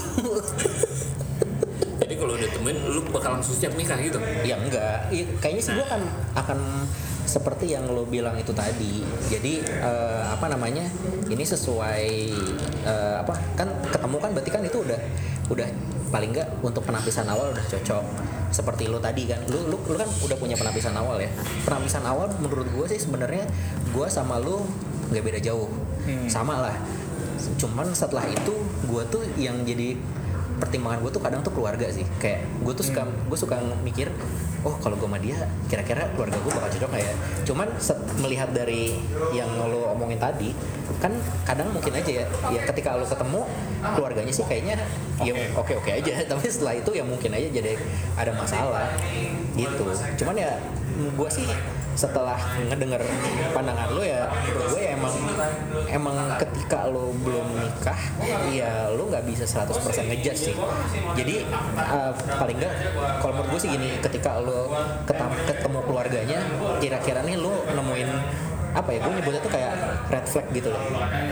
jadi kalau udah temuin, lu bakal langsung siap nikah gitu? Ya enggak, I- kayaknya sih gue akan akan seperti yang lo bilang itu tadi. Jadi eh, apa namanya? Ini sesuai eh, apa? Kan ketemu kan berarti kan itu udah udah paling enggak untuk penapisan awal udah cocok. Seperti lo tadi kan, lu, lu lu kan udah punya penapisan awal ya. Penapisan awal menurut gue sih sebenarnya gue sama lu nggak beda jauh, Hmm. sama lah. Cuman setelah itu gue tuh yang jadi pertimbangan gue tuh kadang tuh keluarga sih. Kayak gue tuh suka Hmm. gue suka mikir, oh kalau gue sama dia kira-kira keluarga gue bakal cocok nggak ya. Cuman set, melihat dari yang lo omongin tadi, kan kadang mungkin aja ya, ya ketika lo ketemu keluarganya sih kayaknya ya oke oke aja, tapi setelah itu ya mungkin aja jadi ada masalah gitu. Cuman ya gue sih setelah ngedenger pandangan lo ya, menurut gue ya emang emang ketika lo belum nikah ya lo nggak bisa seratus persen ngejudge sih. Jadi uh, paling nggak kalau menurut gue sih gini, ketika lo ketam- ketemu keluarganya, kira-kira nih lo nemuin apa ya, gue nyebutnya tuh kayak red flag gitu loh.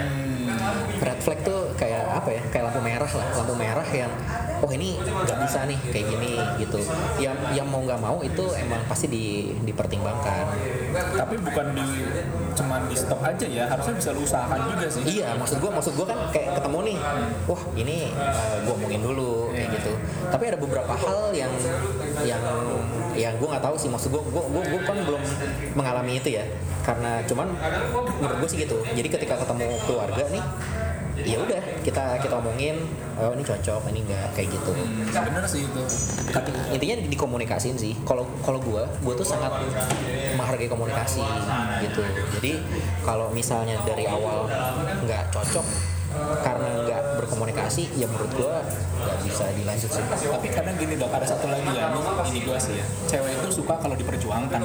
Red flag tuh kayak apa ya, kayak lampu merah lah, lampu merah yang oh ini nggak bisa nih kayak gini gitu. Yang yang mau nggak mau itu emang pasti di, dipertimbangkan. Tapi bukan di cuman di stop aja ya, harusnya bisa lu usahakan juga sih. Iya, maksud gue maksud gue kan kayak ketemu nih, wah ini uh, gue omongin dulu kayak gitu. Tapi ada beberapa hal yang yang yang gue nggak tahu sih, maksud gue gue gue gue kan belum mengalami itu ya, karena cuman menurut gue sih gitu. Jadi ketika ketemu keluarga nih, ya udah kita kita omongin, oh ini cocok, ini enggak, kayak gitu. Hmm, bener sih itu. Tapi intinya dikomunikasiin sih. Kalau kalau gue, gue tuh sangat menghargai komunikasi gitu. Jadi kalau misalnya dari awal nggak cocok karena nggak berkomunikasi, ya menurut gue nggak bisa dilanjut sih. Tapi kadang gini dok, ada satu lagi ya, ini, ini gue sih ya, cewek itu suka kalau diperjuangkan.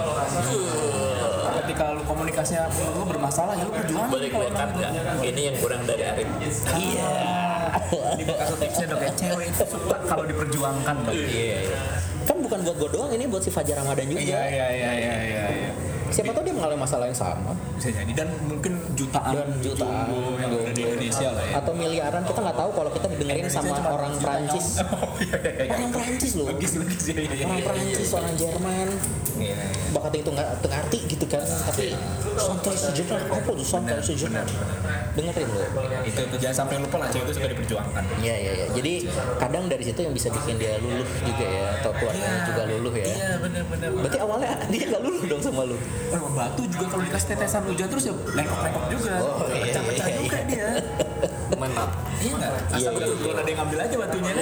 Ketika lu komunikasinya menurut lu bermasalah, ya lu perjuangkan. Boleh kalau gue cut emang nggak? itu. Ini yang kurang dari Arif. Iya. Ini gue kasih tipsnya dok ya, cewek itu suka kalau diperjuangkan dok. Iya. Kan bukan buat gue doang, ini buat si Fajar Ramadan juga. Iya iya iya iya iya. iya. Siapa tahu dia mengalami masalah yang sama. Bisa jadi, dan mungkin jutaan Dan jutaan jomblo yang ada di Indonesia lah ya. Atau miliaran, kita nggak tahu kalau kita didengerin Indonesia sama cuma orang jutaan. Prancis. Oh iya iya iya. Orang Prancis loh. Logis logis ya iya iya. Orang iya, Prancis, iya. orang Jerman. Iya iya. Bakal itu nggak ngerti gitu kan, tapi santai sejenak, apa tuh santai sejenak, dengerin loh. Itu tuh jangan sampai lupa lah, cewek itu suka diperjuangkan. Iya iya iya. Jadi kadang dari situ yang bisa bikin dia luluh juga ya, atau keluarganya juga luluh ya. Iya benar benar. Berarti awalnya dia nggak luluh dong sama lu. Orang batu juga kalau dikasih tetesan hujan terus ya lengkok-lengkok juga. Oh, iya, Pecah-pecah iya, juga dia. Mantap. Iya nggak? Asal Iya, iya, betul ada yang ngambil aja batunya.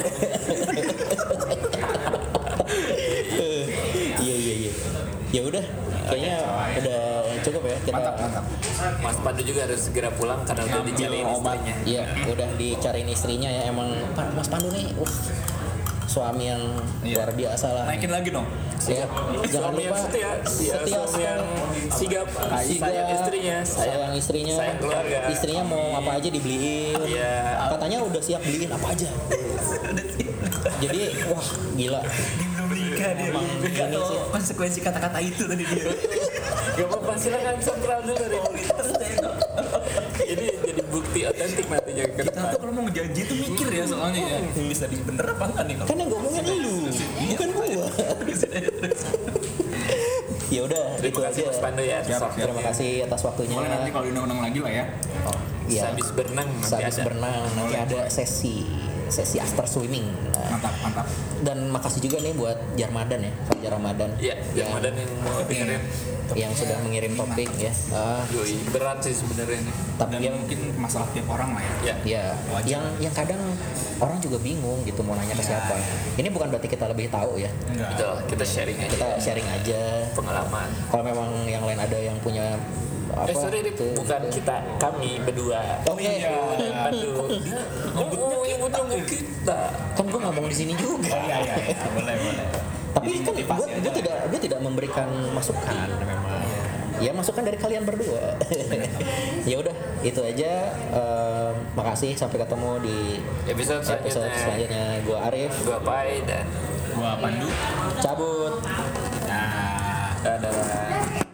Iya iya iya. Ya udah, kayaknya udah cukup ya kita. Mantap mantap. Mas Pandu juga harus segera pulang karena udah Ngambil dicariin obat. istrinya. Iya, udah dicariin istrinya ya, emang Pak Mas Pandu nih, uh, suami yang Iya. luar biasa lah. Naikin lagi dong. Ya, jangan Suami yang lupa setia, ya, setia suami yang sigap, Sigap, sayang istrinya, sayang istrinya, sayang keluarga. istrinya mau apa aja dibeliin. Iya. Katanya udah siap beliin apa aja. Jadi wah gila. Belum nikah dia. Nggak tahu konsekuensi kata-kata itu tadi dia. Gak apa-apa, silakan sentral dulu dari Ini jadi bukti otentik nantinya ke Kita depan. tuh kalau mau ngejanji tuh mikir ya soalnya ya. Bisa di bener apa enggak nih kalau. Kan yang ngomongin lu, bukan gua. Ya udah, itu Terima kasih aja. Mas Pandu ya. Siap, siap. Terima kasih atas waktunya. Boleh nanti kalau diundang-undang lagi lah ya. Oh, iya. Habis berenang nanti Sehabis ada. berenang nanti ada sesi sesi after swimming. Nah, Mantap mantap. dan makasih juga nih buat Jarmadan ya, Fajar Ramadan. Iya, yang, Ramadan yang mau dengerin. yang sudah mengirim topik ya. Ah, Yoi, berat sih sebenarnya ini. tapi Dan yang mungkin masalah tiap orang lah ya. Ya. ya Wajar. yang yang kadang orang juga bingung gitu mau nanya ke Ya, siapa. Ini bukan berarti kita lebih tahu ya. Enggak. Betul, kita sharing aja Kita sharing aja. pengalaman. Kalau memang yang lain ada yang punya apa? Eh sorry, Rip, gitu. bukan kita, kami berdua. Oke. Iya. Pandu. Oh, yang nyebut kita. Kan gue ngomong di sini juga. Iya iya iya. Boleh boleh. Tapi Jadi kan motivasi gue aja. tidak gue tidak memberikan masukan memang. Ya masukan dari kalian berdua. Ya udah itu aja. Eh, makasih, sampai ketemu di Episode episode selanjutnya. selanjutnya. Gue Arif Gua Pai dan Gua Pandu. cabut. Nah. dadah.